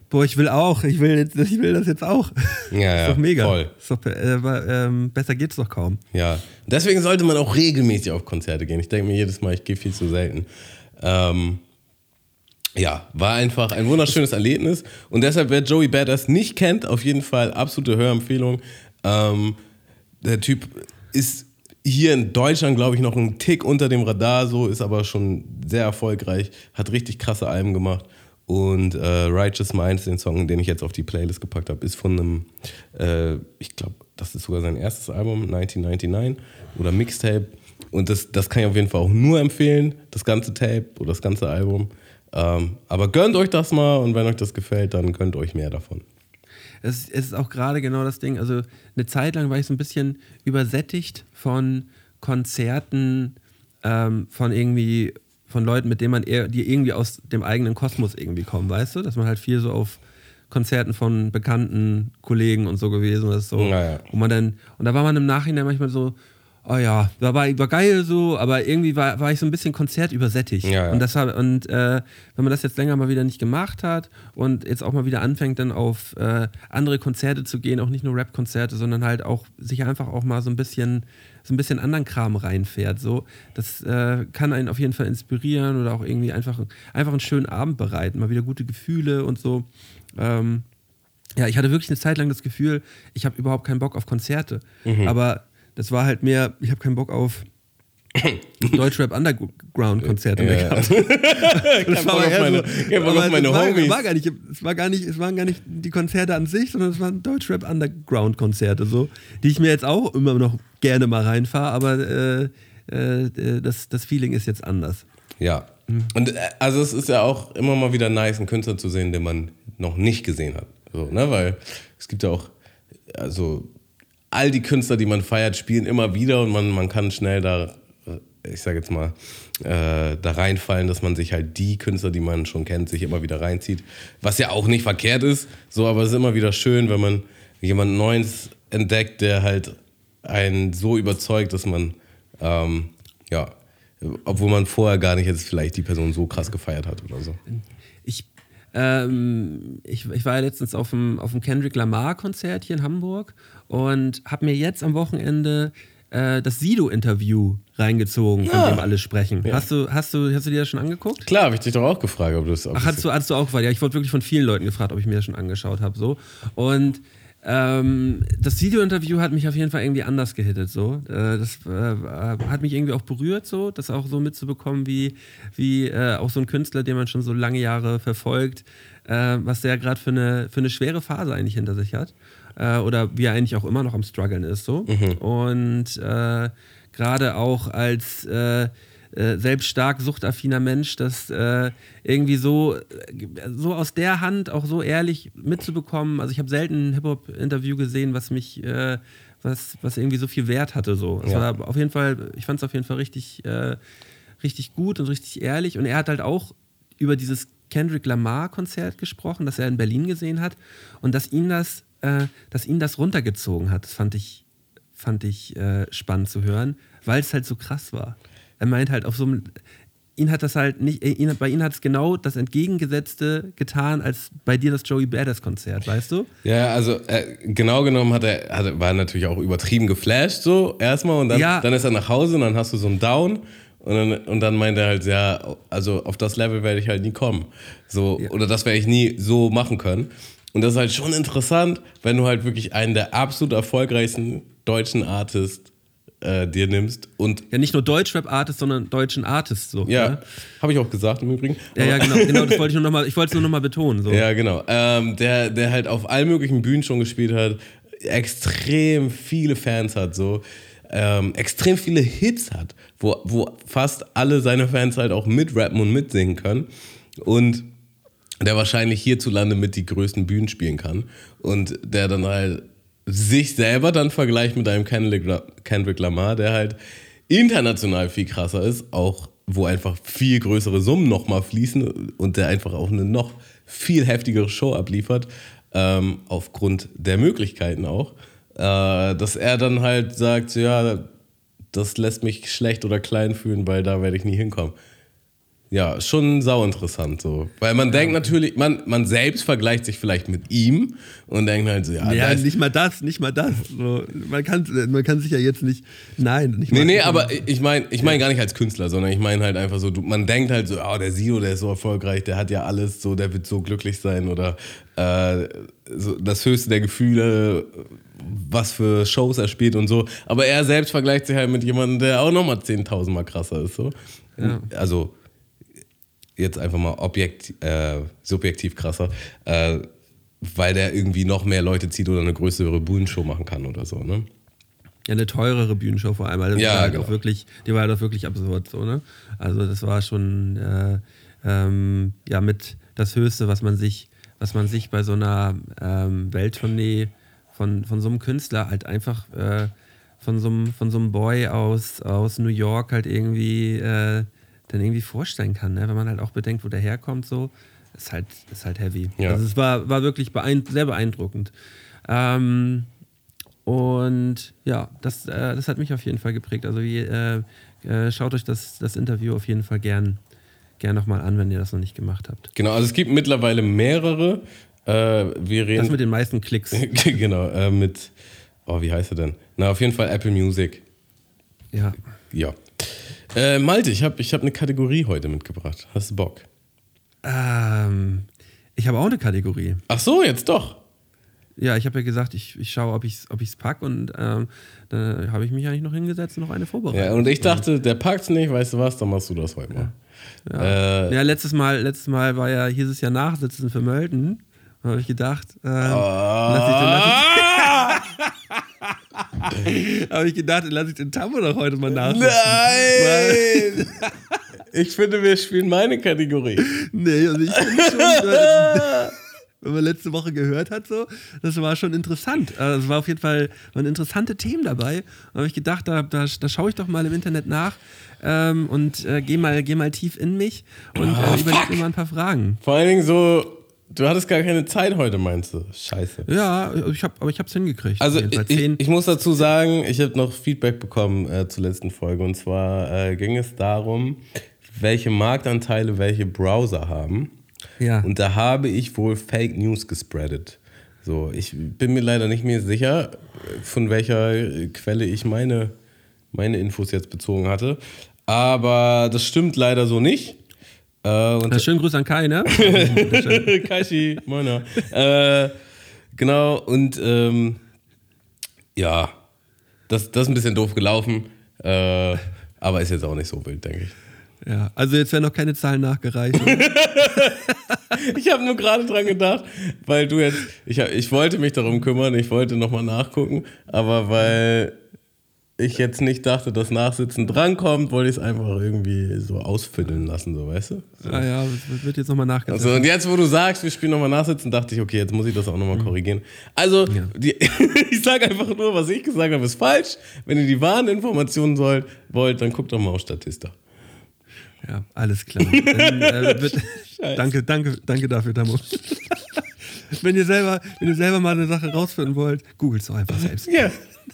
boah, ich will auch, ich will, jetzt, ich will das jetzt auch. Ja, ja, ist doch mega. Voll. Ist doch, äh, ähm, besser geht's doch kaum. Ja, deswegen sollte man auch regelmäßig auf Konzerte gehen. Ich denke mir jedes Mal, ich gehe viel zu selten. Ähm, ja, war einfach ein wunderschönes Erlebnis. Und deshalb, wer Joey Badass nicht kennt, auf jeden Fall absolute Hörempfehlung. Ähm, der Typ ist hier in Deutschland, glaube ich, noch einen Tick unter dem Radar, so, ist aber schon sehr erfolgreich, hat richtig krasse Alben gemacht. Und äh, Righteous Minds, den Song, den ich jetzt auf die Playlist gepackt habe, ist von einem, äh, ich glaube, das ist sogar sein erstes Album, neunzehnhundertneunundneunzig oder Mixtape. Und das, das kann ich auf jeden Fall auch nur empfehlen, das ganze Tape oder das ganze Album. Ähm, aber gönnt euch das mal und wenn euch das gefällt, dann gönnt euch mehr davon. Es, es ist auch gerade genau das Ding, also eine Zeit lang war ich so ein bisschen übersättigt von Konzerten, ähm, von irgendwie von Leuten, mit denen man eher, die irgendwie aus dem eigenen Kosmos irgendwie kommen, weißt du? Dass man halt viel so auf Konzerten von bekannten Kollegen und so gewesen ist, so, naja. wo man dann, und da war man im Nachhinein manchmal so, oh ja, war, war geil so, aber irgendwie war, war ich so ein bisschen konzertübersättigt. Ja, ja. Und, das war, und äh, wenn man das jetzt länger mal wieder nicht gemacht hat und jetzt auch mal wieder anfängt, dann auf äh, andere Konzerte zu gehen, auch nicht nur Rap-Konzerte, sondern halt auch sich einfach auch mal so ein bisschen so ein bisschen anderen Kram reinfährt. So. Das äh, kann einen auf jeden Fall inspirieren oder auch irgendwie einfach, einfach einen schönen Abend bereiten, mal wieder gute Gefühle und so. Ähm, ja, ich hatte wirklich eine Zeit lang das Gefühl, ich habe überhaupt keinen Bock auf Konzerte. Mhm. Aber das war halt mehr, ich habe keinen Bock auf Deutschrap-Underground-Konzerte ja. mehr gehabt. Das war aber eher so, aber meine es, war, Homies. War gar nicht, es, war gar nicht, es waren gar nicht die Konzerte an sich, sondern es waren Deutschrap-Underground-Konzerte, so, die ich mir jetzt auch immer noch gerne mal reinfahre, aber äh, äh, das, das Feeling ist jetzt anders. Ja, mhm. Und äh, also es ist ja auch immer mal wieder nice, einen Künstler zu sehen, den man noch nicht gesehen hat. So, ne? Weil es gibt ja auch, also all die Künstler, die man feiert, spielen immer wieder und man, man kann schnell da, ich sag jetzt mal, äh, da reinfallen, dass man sich halt die Künstler, die man schon kennt, sich immer wieder reinzieht. Was ja auch nicht verkehrt ist, so, aber es ist immer wieder schön, wenn man jemanden Neues entdeckt, der halt einen so überzeugt, dass man, ähm, ja, obwohl man vorher gar nicht jetzt vielleicht die Person so krass gefeiert hat oder so. Ich Ähm, ich, ich war ja letztens auf dem, auf dem Kendrick Lamar-Konzert hier in Hamburg und habe mir jetzt am Wochenende äh, das Sido-Interview reingezogen, ja. von dem alle sprechen. Ja. Hast, du, hast, du, hast du dir das schon angeguckt? Klar, habe ich dich doch auch gefragt, ob du das... Ach, hast du, hast du auch gefragt? Ja, ich wurde wirklich von vielen Leuten gefragt, ob ich mir das schon angeschaut habe. So. Und ähm, das Sido-Interview hat mich auf jeden Fall irgendwie anders gehittet. So. Äh, das äh, hat mich irgendwie auch berührt, so, das auch so mitzubekommen, wie, wie äh, auch so ein Künstler, den man schon so lange Jahre verfolgt, äh, was der gerade für eine, für eine schwere Phase eigentlich hinter sich hat. Äh, oder wie er eigentlich auch immer noch am Struggeln ist. So. Mhm. Und äh, gerade auch als äh, äh, selbst stark suchtaffiner Mensch, das äh, irgendwie so, so aus der Hand auch so ehrlich mitzubekommen. Also ich habe selten ein Hip-Hop-Interview gesehen, was mich, äh, was, was irgendwie so viel Wert hatte. So. Es ja. war auf jeden Fall, ich fand es auf jeden Fall richtig, äh, richtig gut und richtig ehrlich. Und er hat halt auch über dieses Kendrick Lamar-Konzert gesprochen, das er in Berlin gesehen hat und dass ihn das, äh, dass ihn das runtergezogen hat. Das fand ich, fand ich äh, spannend zu hören, weil es halt so krass war. Er meint halt auf so einem, ihn hat das halt nicht, ihn, bei ihm hat es genau das Entgegengesetzte getan, als bei dir das Joey Badass Konzert, weißt du? Ja, also äh, genau genommen hat er, hat, war er natürlich auch übertrieben geflasht so erstmal und dann, ja. dann ist er nach Hause und dann hast du so einen Down und dann, und dann meint er halt, ja, also auf das Level werde ich halt nie kommen. So, ja. Oder das werde ich nie so machen können. Und das ist halt schon interessant, wenn du halt wirklich einen der absolut erfolgreichsten deutschen Artists Äh, dir nimmst und ja, nicht nur Deutschrap-Artist, sondern deutschen Artist so. Ja, ne? Habe ich auch gesagt im Übrigen. Ja, ja, genau, genau, das wollte ich nur noch mal, ich wollte es nur noch mal betonen. So. Ja, genau. Ähm, der, der halt auf allen möglichen Bühnen schon gespielt hat, extrem viele Fans hat, so ähm, extrem viele Hits hat, wo, wo fast alle seine Fans halt auch mitrappen und mitsingen können und der wahrscheinlich hierzulande mit die größten Bühnen spielen kann und der dann halt sich selber dann vergleicht mit einem Kendrick Lamar, der halt international viel krasser ist, auch wo einfach viel größere Summen nochmal fließen und der einfach auch eine noch viel heftigere Show abliefert, ähm, aufgrund der Möglichkeiten auch, äh, dass er dann halt sagt, ja, das lässt mich schlecht oder klein fühlen, weil da werde ich nie hinkommen. ja, schon sau interessant so. Weil man denkt natürlich, man, man selbst vergleicht sich vielleicht mit ihm und denkt halt so, ja, Ja, das nicht mal das, nicht mal das. So, man, kann, man kann sich ja jetzt nicht, nein. Nicht Nee, mal, nee, aber ich meine ich mein gar nicht als Künstler, sondern ich meine halt einfach so, du, man denkt halt so, oh, der Sido, der ist so erfolgreich, der hat ja alles, so, der wird so glücklich sein oder äh, so das höchste der Gefühle, was für Shows er spielt und so. Aber er selbst vergleicht sich halt mit jemandem, der auch nochmal zehntausend Mal krasser ist. So. Ja. Also jetzt einfach mal objekt, äh, subjektiv krasser, äh, weil der irgendwie noch mehr Leute zieht oder eine größere Bühnenshow machen kann oder so, ne? Ja, eine teurere Bühnenshow vor allem, weil die Ja, war halt genau. auch wirklich, die war halt auch wirklich absurd, so, ne? Also das war schon äh, ähm, ja mit das Höchste, was man sich, was man sich bei so einer ähm, Welttournee von, von so einem Künstler halt einfach äh, von so einem, von so einem Boy aus, aus New York halt irgendwie äh, dann irgendwie vorstellen kann, ne? Wenn man halt auch bedenkt, wo der herkommt, so, ist halt, ist halt heavy. Ja. Also es war, war wirklich beein- sehr beeindruckend. Ähm, und ja, das, äh, das hat mich auf jeden Fall geprägt. Also wie, äh, äh, schaut euch das, das Interview auf jeden Fall gern, gern nochmal an, wenn ihr das noch nicht gemacht habt. Genau, also es gibt mittlerweile mehrere. Äh, wir reden Das mit den meisten Klicks. genau, äh, mit, oh, wie heißt er denn? Na, auf jeden Fall Apple Music. Ja. Ja. Äh, Malte, ich habe ich hab eine Kategorie heute mitgebracht. Hast du Bock? Ähm, ich habe auch eine Kategorie. Ach so, jetzt doch. Ja, ich habe ja gesagt, ich, ich schaue, ob ich es ob ich's pack und ähm, da habe ich mich eigentlich noch hingesetzt und noch eine vorbereitet. Ja, und ich dachte, der packt's nicht, weißt du was, dann machst du das heute mal. Ja, Äh, ja letztes, Mal, letztes Mal war ja, hieß es ja Nachsitzen für Mölden. Da habe ich gedacht, ähm, lass ich den, lass ich, habe ich gedacht, lass ich den Tammo doch heute mal nachsitzen. Nein! Ich finde, wir spielen meine Kategorie. Nee, also ich finde schon, äh, wenn man letzte Woche gehört hat, so, das war schon interessant. Also es war auf jeden Fall waren interessante Themen dabei. Da habe ich gedacht, da, da, da schaue ich doch mal im Internet nach ähm, und äh, gehe mal, geh mal tief in mich und Oh, äh, überlege fuck. mir mal ein paar Fragen. Vor allen Dingen so, du hattest gar keine Zeit heute, meinst du? Scheiße. Ja, ich hab, aber ich habe es hingekriegt. Also Auf jeden Fall. ich, Zehn. ich muss dazu sagen, ich habe noch Feedback bekommen äh, zur letzten Folge und zwar äh, ging es darum, welche Marktanteile welche Browser haben. Ja. Und da habe ich wohl Fake News gespreadet. So, ich bin mir leider nicht mehr sicher, von welcher Quelle ich meine, meine Infos jetzt bezogen hatte. Aber das stimmt leider so nicht. Äh, und Ja, schönen Gruß an Kai, ne? Kashi, moiner. äh, genau, und ähm, ja, das, das ist ein bisschen doof gelaufen. Äh, aber ist jetzt auch nicht so wild, denke ich. Ja, also jetzt werden noch keine Zahlen nachgereicht. Oder? Ich habe nur gerade dran gedacht, weil du jetzt, ich, hab, ich wollte mich darum kümmern, ich wollte nochmal nachgucken, aber weil ich jetzt nicht dachte, dass Nachsitzen drankommt, wollte ich es einfach irgendwie so ausfüllen lassen, so, weißt du? So. Ah ja, das wird jetzt nochmal nachgereicht. Also, und jetzt, wo du sagst, wir spielen nochmal Nachsitzen, dachte ich, okay, jetzt muss ich das auch nochmal korrigieren. Also, Ja. die, ich sage einfach nur, was ich gesagt habe, ist falsch. Wenn ihr die wahren Informationen sollt, wollt, dann guckt doch mal auf Statista. Ja, alles klar. Dann, äh, wird, danke, danke, danke dafür, Tammo. wenn, ihr selber, wenn ihr selber mal eine Sache rausfinden wollt, googelt es doch einfach selbst. Ja.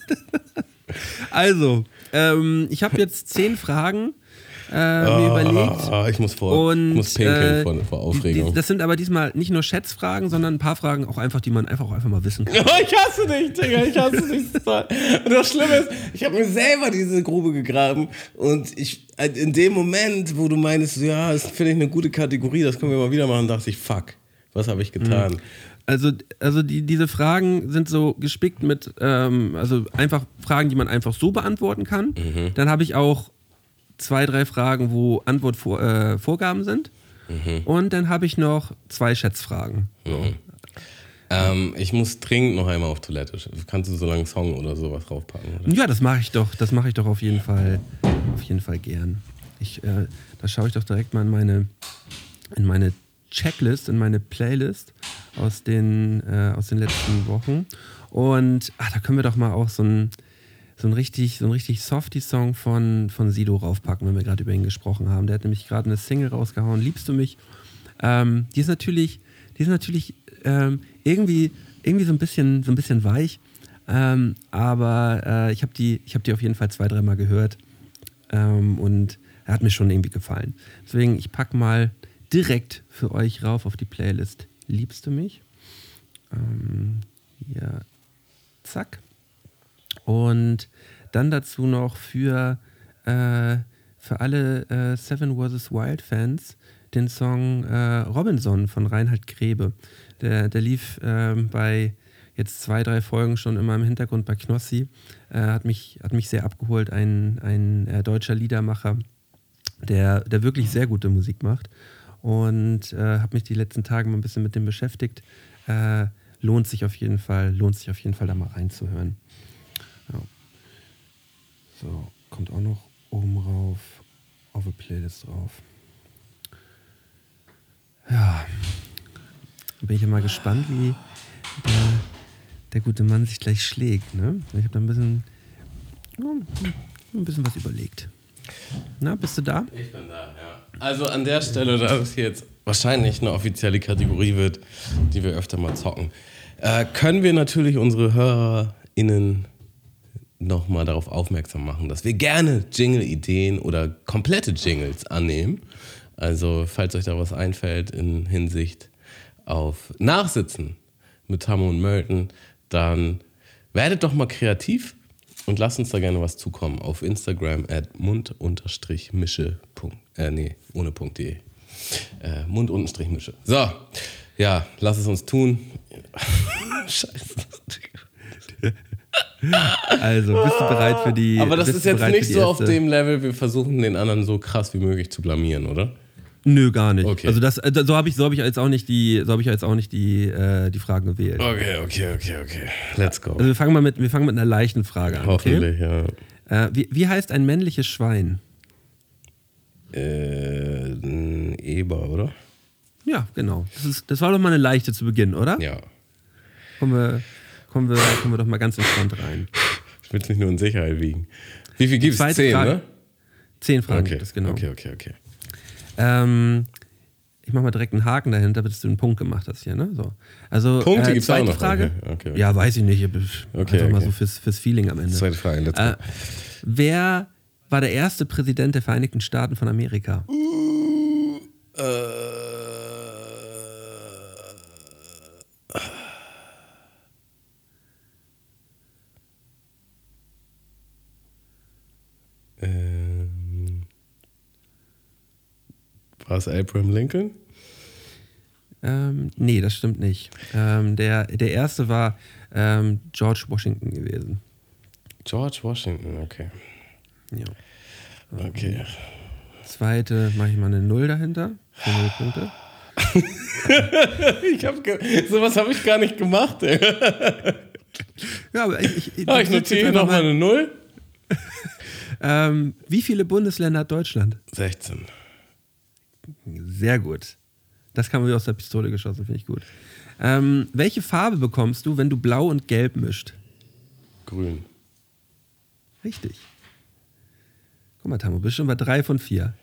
Also, ähm, ich habe jetzt zehn Fragen äh, mir überlegt. Ah, ich muss vor, Und, ich muss pinkeln äh, vor, vor Die, Aufregung. das sind aber diesmal nicht nur Schätzfragen, sondern ein paar Fragen auch einfach, die man einfach auch einfach mal wissen kann. Oh, ich hasse dich, Digga, ich hasse dich. Und das Schlimme ist, ich habe mir selber diese Grube gegraben und ich, in dem Moment, wo du meinst, ja, das finde ich eine gute Kategorie, das können wir mal wieder machen, dachte ich, fuck, was habe ich getan? Also, also die, diese Fragen sind so gespickt mit, ähm, also einfach Fragen, die man einfach so beantworten kann. Mhm. Dann habe ich auch zwei, drei Fragen, wo Antwortvorgaben äh, sind. Mhm. Und dann habe ich noch zwei Schätzfragen. Mhm. Ähm, ich muss dringend noch einmal auf Toilette. Kannst du so lange einen Song oder sowas draufpacken? Oder? Ja, das mache ich doch. Das mache ich doch auf jeden Fall, auf jeden Fall gern. Ich, äh, da schaue ich doch direkt mal in meine, in meine Checklist, in meine Playlist aus den, äh, aus den letzten Wochen. Und ach, da können wir doch mal auch so ein so ein richtig, so ein richtig Softie-Song von, von Sido raufpacken, wenn wir gerade über ihn gesprochen haben. Der hat nämlich gerade eine Single rausgehauen, Liebst du mich? Ähm, die ist natürlich, die ist natürlich ähm, irgendwie, irgendwie so ein bisschen, so ein bisschen weich, ähm, aber äh, ich habe die, ich habe die auf jeden Fall zwei, dreimal gehört ähm, und er hat mir schon irgendwie gefallen. Deswegen, ich packe mal direkt für euch rauf auf die Playlist Liebst du mich? Ähm, ja, zack. Und dann dazu noch für, äh, für alle äh, Seven versus. Wild Fans den Song äh, Robinson von Reinhard Grebe. Der, der lief äh, bei jetzt zwei, drei Folgen schon immer im Hintergrund bei Knossi. Äh, hat, mich, hat mich sehr abgeholt. Ein, ein äh, deutscher Liedermacher, der, der wirklich sehr gute Musik macht. Und äh, habe mich die letzten Tage mal ein bisschen mit dem beschäftigt. Äh, lohnt sich auf jeden Fall, lohnt sich auf jeden Fall da mal reinzuhören. Ja. So, kommt auch noch oben rauf auf die Playlist drauf. Ja, bin ich ja mal gespannt, wie der, der gute Mann sich gleich schlägt. Ne? Ich habe da ein bisschen, ein bisschen was überlegt. Na, bist du da? Ich bin da, ja. Also an der Stelle, da es jetzt wahrscheinlich eine offizielle Kategorie wird, die wir öfter mal zocken, äh, können wir natürlich unsere HörerInnen nochmal darauf aufmerksam machen, dass wir gerne Jingle-Ideen oder komplette Jingles annehmen. Also falls euch da was einfällt in Hinsicht auf Nachsitzen mit Tamo und Mölten, dann werdet doch mal kreativ und lasst uns da gerne was zukommen auf Instagram at mund-mische. Äh, nee, ohne .de. Äh, mund-mische. So, ja, lass es uns tun. Scheiße. Also, bist du bereit für die... Aber das ist jetzt nicht so erste? auf dem Level, wir versuchen den anderen so krass wie möglich zu blamieren, oder? Nö, gar nicht. Okay. Also das, so habe ich, so hab ich jetzt auch nicht die, so habe ich jetzt auch nicht die, äh, die Fragen gewählt. Okay, okay, okay, okay. Let's go. Also wir fangen mal mit, wir fangen mit einer leichten Frage an. Hoffentlich, okay? ja. Äh, wie, wie heißt ein männliches Schwein? Äh, ein Eber, oder? Ja, genau. Das, ist, das war doch mal eine leichte zu Beginn, oder? Ja. Kommen wir, kommen wir, kommen wir doch mal ganz entspannt rein. Ich will es nicht nur in Sicherheit wiegen. Wie viel gibt es? Zehn, Frage, ne? Zehn Fragen Okay, gibt es, genau. okay, okay, okay. Ähm, ich mache mal direkt einen Haken dahinter, bis du einen Punkt gemacht hast hier, ne? So. Also, Punkte äh, gibt's auch zweite noch. Frage. Okay, okay, okay. Ja, weiß ich nicht. Okay, Einfach mal okay. so fürs, fürs Feeling am Ende. Zweite Frage, let's go. Äh, wer war der erste Präsident der Vereinigten Staaten von Amerika? Äh, ähm, war es Abraham Lincoln? Ähm, nee, das stimmt nicht. Ähm, der, der erste war ähm, George Washington gewesen. George Washington, okay. Ja. Okay. Zweite mache ich mal eine Null dahinter. Für null Punkte. ich hab ge- sowas habe ich gar nicht gemacht. Ey. Ja, aber ich, ich, Ah, ich notiere nochmal eine Null. Ähm, wie viele Bundesländer hat Deutschland? sechzehn. Sehr gut. Das kam wie aus der Pistole geschossen, finde ich gut. Ähm, welche Farbe bekommst du, wenn du Blau und Gelb mischt? Grün. Richtig. Guck mal, Tamo, bist schon bei drei von vier.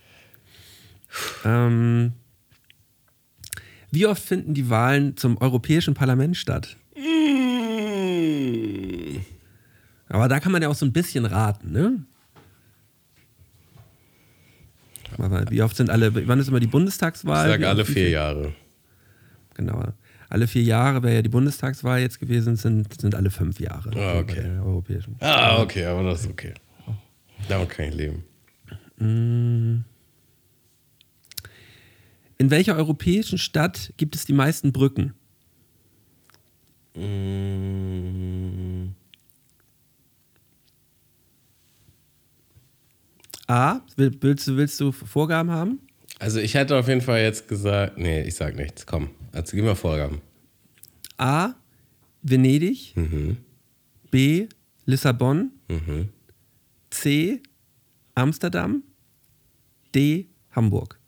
Ähm, wie oft finden die Wahlen zum Europäischen Parlament statt? Mm. Aber da kann man ja auch so ein bisschen raten, ne? Aber wie oft sind alle, wann ist immer die Bundestagswahl? Ich sage Wie alle oft- vier Jahre. Genau. Alle vier Jahre wäre ja die Bundestagswahl jetzt gewesen, sind, sind alle fünf Jahre. Ah, okay. Bei der europäischen. Ah, okay, aber das ist okay. Damit kann ich leben. In welcher europäischen Stadt gibt es die meisten Brücken? Mm. A, will- willst du, willst du Vorgaben haben? Also ich hätte auf jeden Fall jetzt gesagt, nee, ich sag nichts, komm, also gib mir Vorgaben. A, Venedig. Mhm. B, Lissabon. Mhm. C, Amsterdam. D, Hamburg.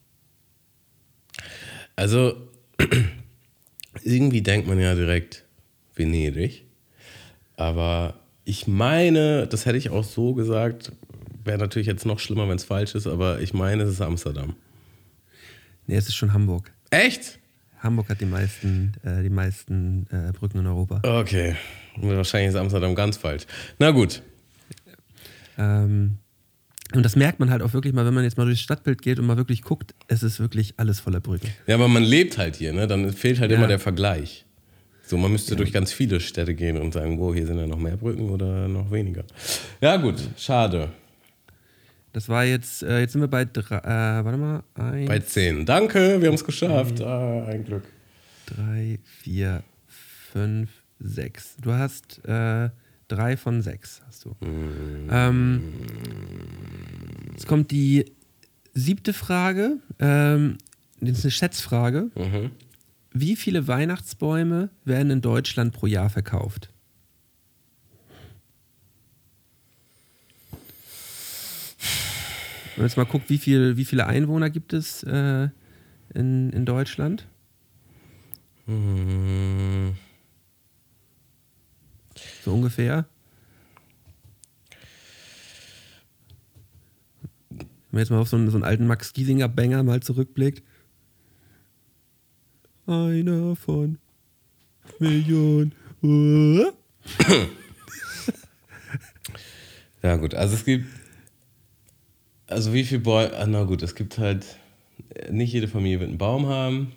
Also irgendwie denkt man ja direkt Venedig, aber ich meine, das hätte ich auch so gesagt, wäre natürlich jetzt noch schlimmer, wenn es falsch ist, aber ich meine, es ist Amsterdam. Nee, es ist schon Hamburg. Echt? Hamburg hat die meisten, äh, die meisten äh, Brücken in Europa. Okay, wahrscheinlich ist Amsterdam ganz falsch. Na gut. Ähm, Und das merkt man halt auch wirklich mal, wenn man jetzt mal durchs Stadtbild geht und mal wirklich guckt, es ist wirklich alles voller Brücken. Ja, aber man lebt halt hier, ne? Dann fehlt halt Ja. immer der Vergleich. So, man müsste ja. durch ganz viele Städte gehen und sagen, wo, hier sind ja noch mehr Brücken oder noch weniger. Ja gut, schade. Das war jetzt, äh, jetzt sind wir bei, drei, äh, warte mal, eins, Bei zehn. Danke, wir haben es geschafft. Ah, ein Glück. drei, vier, fünf, sechs. Du hast äh, drei von sechs, hast du. Mm. Ähm, jetzt kommt die siebte Frage. Ähm, das ist eine Schätzfrage. Mhm. Wie viele Weihnachtsbäume werden in Deutschland pro Jahr verkauft? Wenn man jetzt mal guckt, wie, viel, wie viele Einwohner gibt es äh, in, in Deutschland? Mhm. So ungefähr. Wenn man jetzt mal auf so einen, so einen alten Max Giesinger-Banger mal zurückblickt. Einer von Millionen. Uh. Ja gut, also es gibt, also wie viel Bäume, ah, na gut, es gibt halt, nicht jede Familie wird einen Baum haben.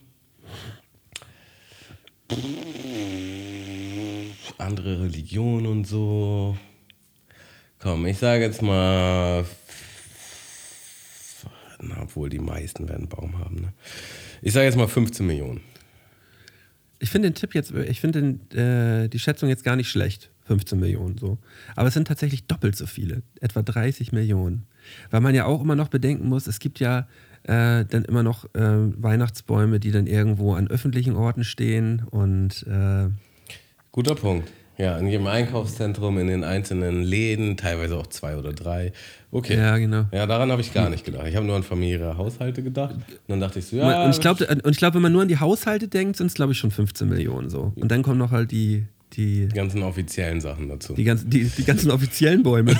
Andere Religionen und so. Komm, ich sage jetzt mal, na, obwohl die meisten werden einen Baum haben, ne? Ich sage jetzt mal fünfzehn Millionen. Ich finde den Tipp jetzt, ich finde äh, die Schätzung jetzt gar nicht schlecht. fünfzehn Millionen so. Aber es sind tatsächlich doppelt so viele. Etwa dreißig Millionen. Weil man ja auch immer noch bedenken muss, es gibt ja äh, dann immer noch äh, Weihnachtsbäume, die dann irgendwo an öffentlichen Orten stehen und äh, guter Punkt. Ja, in jedem Einkaufszentrum, in den einzelnen Läden, teilweise auch zwei oder drei. Okay. Ja, genau. Ja, daran habe ich gar nicht gedacht. Ich habe nur an familiäre Haushalte gedacht. Und dann dachte ich so, ja. Und ich glaube, und ich glaub, wenn man nur an die Haushalte denkt, sind es, glaube ich, schon fünfzehn Millionen so. Und dann kommen noch halt die Die, die ganzen offiziellen Sachen dazu. Die ganzen, die, die ganzen offiziellen Bäume.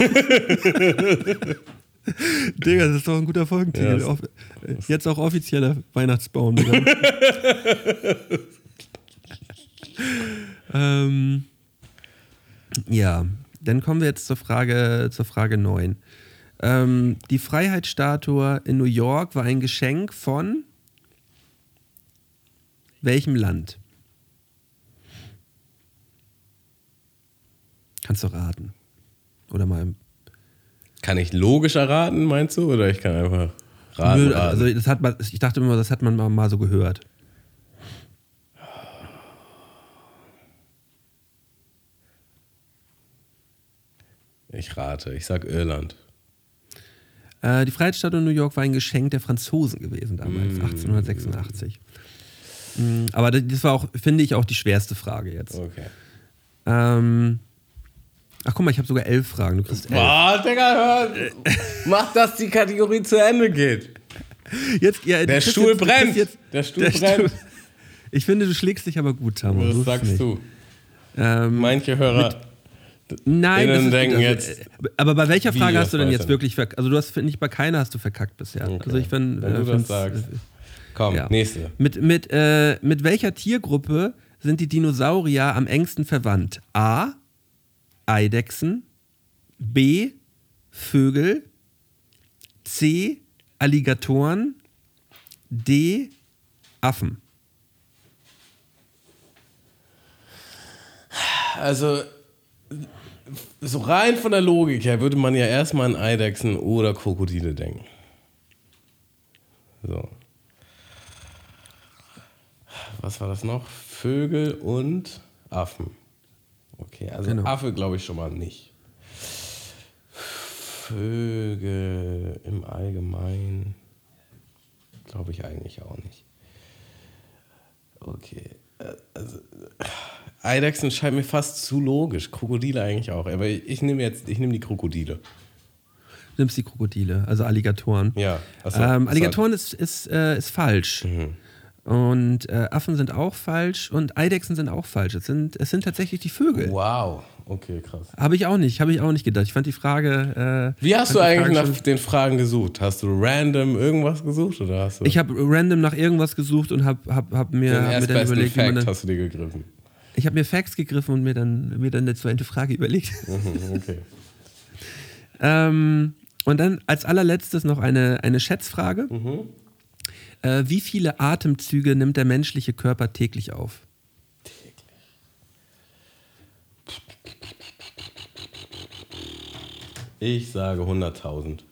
Digga, das ist doch ein guter Folgentitel. Ja, jetzt auch offizieller Weihnachtsbaum. ähm, ja, dann kommen wir jetzt zur Frage, zur Frage neun. Ähm, die Freiheitsstatue in New York war ein Geschenk von welchem Land? Kannst du raten. Oder mal. Kann ich logisch erraten, meinst du? Oder ich kann einfach raten? Nö, raten. also das hat man, ich dachte immer, das hat man mal, mal so gehört. Ich rate, ich sag Irland. Äh, die Freiheitsstatue in New York war ein Geschenk der Franzosen gewesen damals, mm. achtzehnhundertsechsundachtzig. Mm, aber das war auch, finde ich, auch die schwerste Frage jetzt. Okay. Ähm, ach guck mal, ich habe sogar elf Fragen. Du kriegst elf. Boah, Digga, hör! Mach, dass die Kategorie zu Ende geht. Jetzt, ja, der Stuhl jetzt, brennt. Jetzt, der Stuhl der brennt. Stuhl. Ich finde, du schlägst dich aber gut, Tamo. Das so sagst du. Ähm, Manche Hörer mit, nein, das ist, denken also, jetzt. Aber bei welcher Frage hast du denn jetzt nicht. wirklich verkackt? Also du hast nicht bei keiner hast du verkackt bisher. Okay. Also ich find, Wenn äh, du das sagst. Komm, ja. nächste. Mit, mit, äh, mit welcher Tiergruppe sind die Dinosaurier am engsten verwandt? A. Eidechsen. B. Vögel. C. Alligatoren. D. Affen. Also, so rein von der Logik her würde man ja erstmal an Eidechsen oder Krokodile denken. So. Was war das noch? Vögel und Affen. Okay, also genau. Affe glaube ich schon mal nicht. Vögel im Allgemeinen glaube ich eigentlich auch nicht. Okay, also Eidechsen scheint mir fast zu logisch. Krokodile eigentlich auch. Aber ich, ich nehme jetzt, ich nehme die Krokodile. Du nimmst die Krokodile, also Alligatoren. Ja. Achso, ähm, Alligatoren ist, ist, äh, ist falsch. Mhm. Und äh, Affen sind auch falsch und Eidechsen sind auch falsch. Es sind, es sind tatsächlich die Vögel. Wow, okay, krass. Habe ich auch nicht, habe ich auch nicht gedacht. Ich fand die Frage. Äh, Wie hast du eigentlich Frage nach den Fragen gesucht? Hast du random irgendwas gesucht oder hast du? Ich habe random nach irgendwas gesucht und habe hab, hab mir, den hab mir dann überlegt, Fact wie man, hast du dir gegriffen. Ich habe mir Facts gegriffen und mir dann, mir dann eine zweite Frage überlegt. Mhm, okay. ähm, Und dann als allerletztes noch eine, eine Schätzfrage. Mhm. Äh, wie viele Atemzüge nimmt der menschliche Körper täglich auf? Ich sage hunderttausend.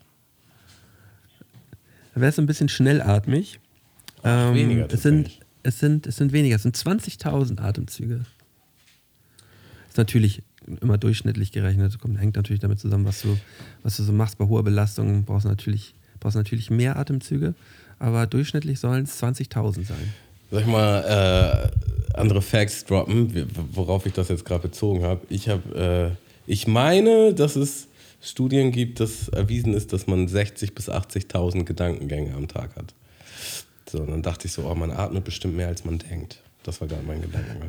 Da wäre es ein bisschen schnellatmig. Ach, ähm, weniger es sind, tatsächlich. es, sind, es sind weniger, es sind zwanzigtausend Atemzüge. Ist natürlich immer durchschnittlich gerechnet. Kommt, hängt natürlich damit zusammen, was du, was du so machst. Bei hoher Belastung brauchst du natürlich, brauchst du natürlich mehr Atemzüge. Aber durchschnittlich sollen es zwanzigtausend sein. Soll ich mal äh, andere Facts droppen, worauf ich das jetzt gerade bezogen habe? Ich habe, äh, ich meine, dass es Studien gibt, dass erwiesen ist, dass man sechzigtausend bis achtzigtausend Gedankengänge am Tag hat. So, und dann dachte ich so, oh, man atmet bestimmt mehr, als man denkt. Das war gerade mein Gedankengang.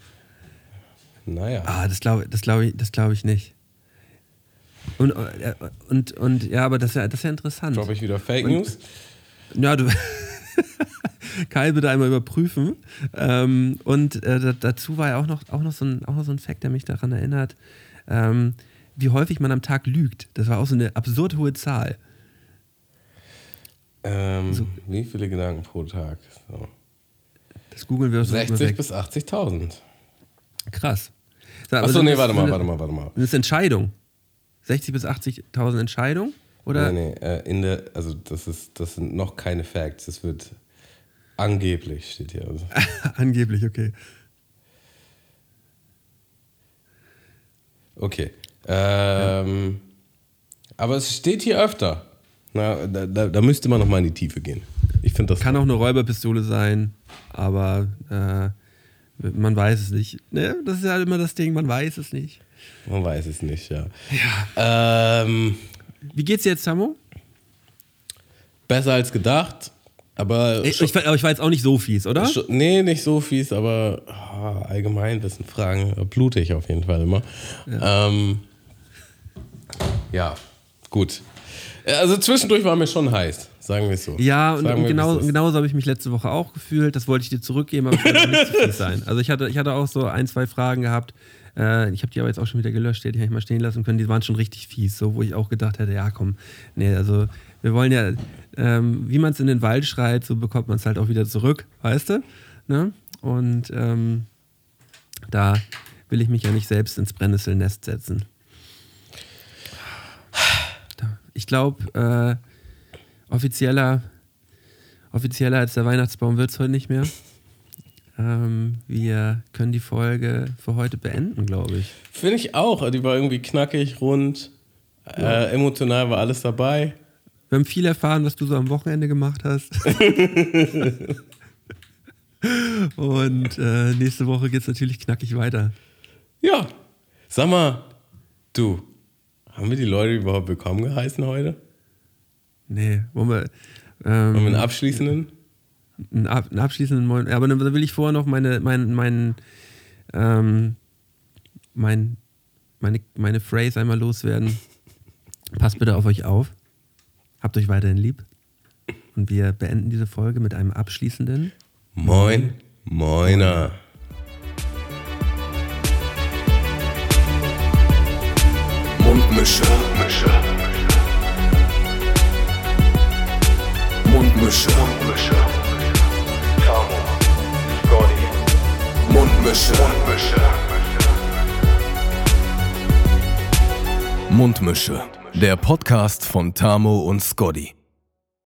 Naja. Ah, das glaube das glaub ich, das glaub ich nicht. Und, äh, und, und ja, aber das ist ja, das ist ja interessant. Droppe ich wieder Fake und, News? Ja, du. Kai bitte einmal überprüfen. Ähm, und äh, dazu war ja auch noch, auch, noch so ein, auch noch so ein Fact, der mich daran erinnert, ähm, wie häufig man am Tag lügt. Das war auch so eine absurd hohe Zahl. Ähm, so. Wie viele Gedanken pro Tag? So. Das googeln wir. sechzigtausend bis achtzigtausend. Krass. So, Achso, nee, warte mal, warte mal, warte mal. Das ist Entscheidung. sechzigtausend bis achtzigtausend Entscheidung? Oder? Nee, nee, äh, in der, also das ist, das sind noch keine Facts. Das wird angeblich, steht hier. Also. Angeblich, okay. Okay. Ähm, ja. Aber es steht hier öfter. Na, da, da, da müsste man noch mal in die Tiefe gehen. Ich finde das. Kann auch eine Räuberpistole sein, aber äh, man weiß es nicht. Ne? Das ist ja immer das Ding, man weiß es nicht. Man weiß es nicht, ja. Ja. Ähm, Wie geht's dir jetzt, Samo? Besser als gedacht, aber... Ich, ich, aber ich war jetzt auch nicht so fies, oder? Schon, nee, nicht so fies, aber oh, allgemein, das sind Fragen, blutig auf jeden Fall immer. Ja, ähm, ja gut. Also zwischendurch war mir schon heiß, sagen wir es so. Ja, und, und wir, genau, genauso habe ich mich letzte Woche auch gefühlt. Das wollte ich dir zurückgeben, aber ich wollte nicht zu fies sein. Also ich hatte, ich hatte auch so ein, zwei Fragen gehabt. Äh, ich habe die aber jetzt auch schon wieder gelöscht, die hätte ich mal stehen lassen können. Die waren schon richtig fies, so, wo ich auch gedacht hätte, ja komm, nee, also wir wollen ja, ähm, wie man es in den Wald schreit, so bekommt man es halt auch wieder zurück, weißt du? Ne? Und ähm, da will ich mich ja nicht selbst ins Brennnesselnest setzen. Ich glaube, äh, offizieller, offizieller als der Weihnachtsbaum wird es heute nicht mehr. Ähm, wir können die Folge für heute beenden, glaube ich. Finde ich auch. Die war irgendwie knackig, rund, ja. äh, emotional war alles dabei. Wir haben viel erfahren, was du so am Wochenende gemacht hast. Und äh, nächste Woche geht es natürlich knackig weiter. Ja. Sag mal, du, haben wir die Leute überhaupt willkommen geheißen heute? Nee, wollen wir... Ähm, wollen wir einen abschließenden? Einen, ab, einen abschließenden Moin. Aber dann will ich vorher noch meine, mein, mein, ähm, mein, meine, meine Phrase einmal loswerden. Passt bitte auf euch auf. Habt euch weiterhin lieb. Und wir beenden diese Folge mit einem abschließenden Moin, Moiner. Mundmische. Mundmische. Mundmische. Tamo. Scotty. Mundmische. Mundmische. Mundmische. Der Podcast von Tamo und Scotty.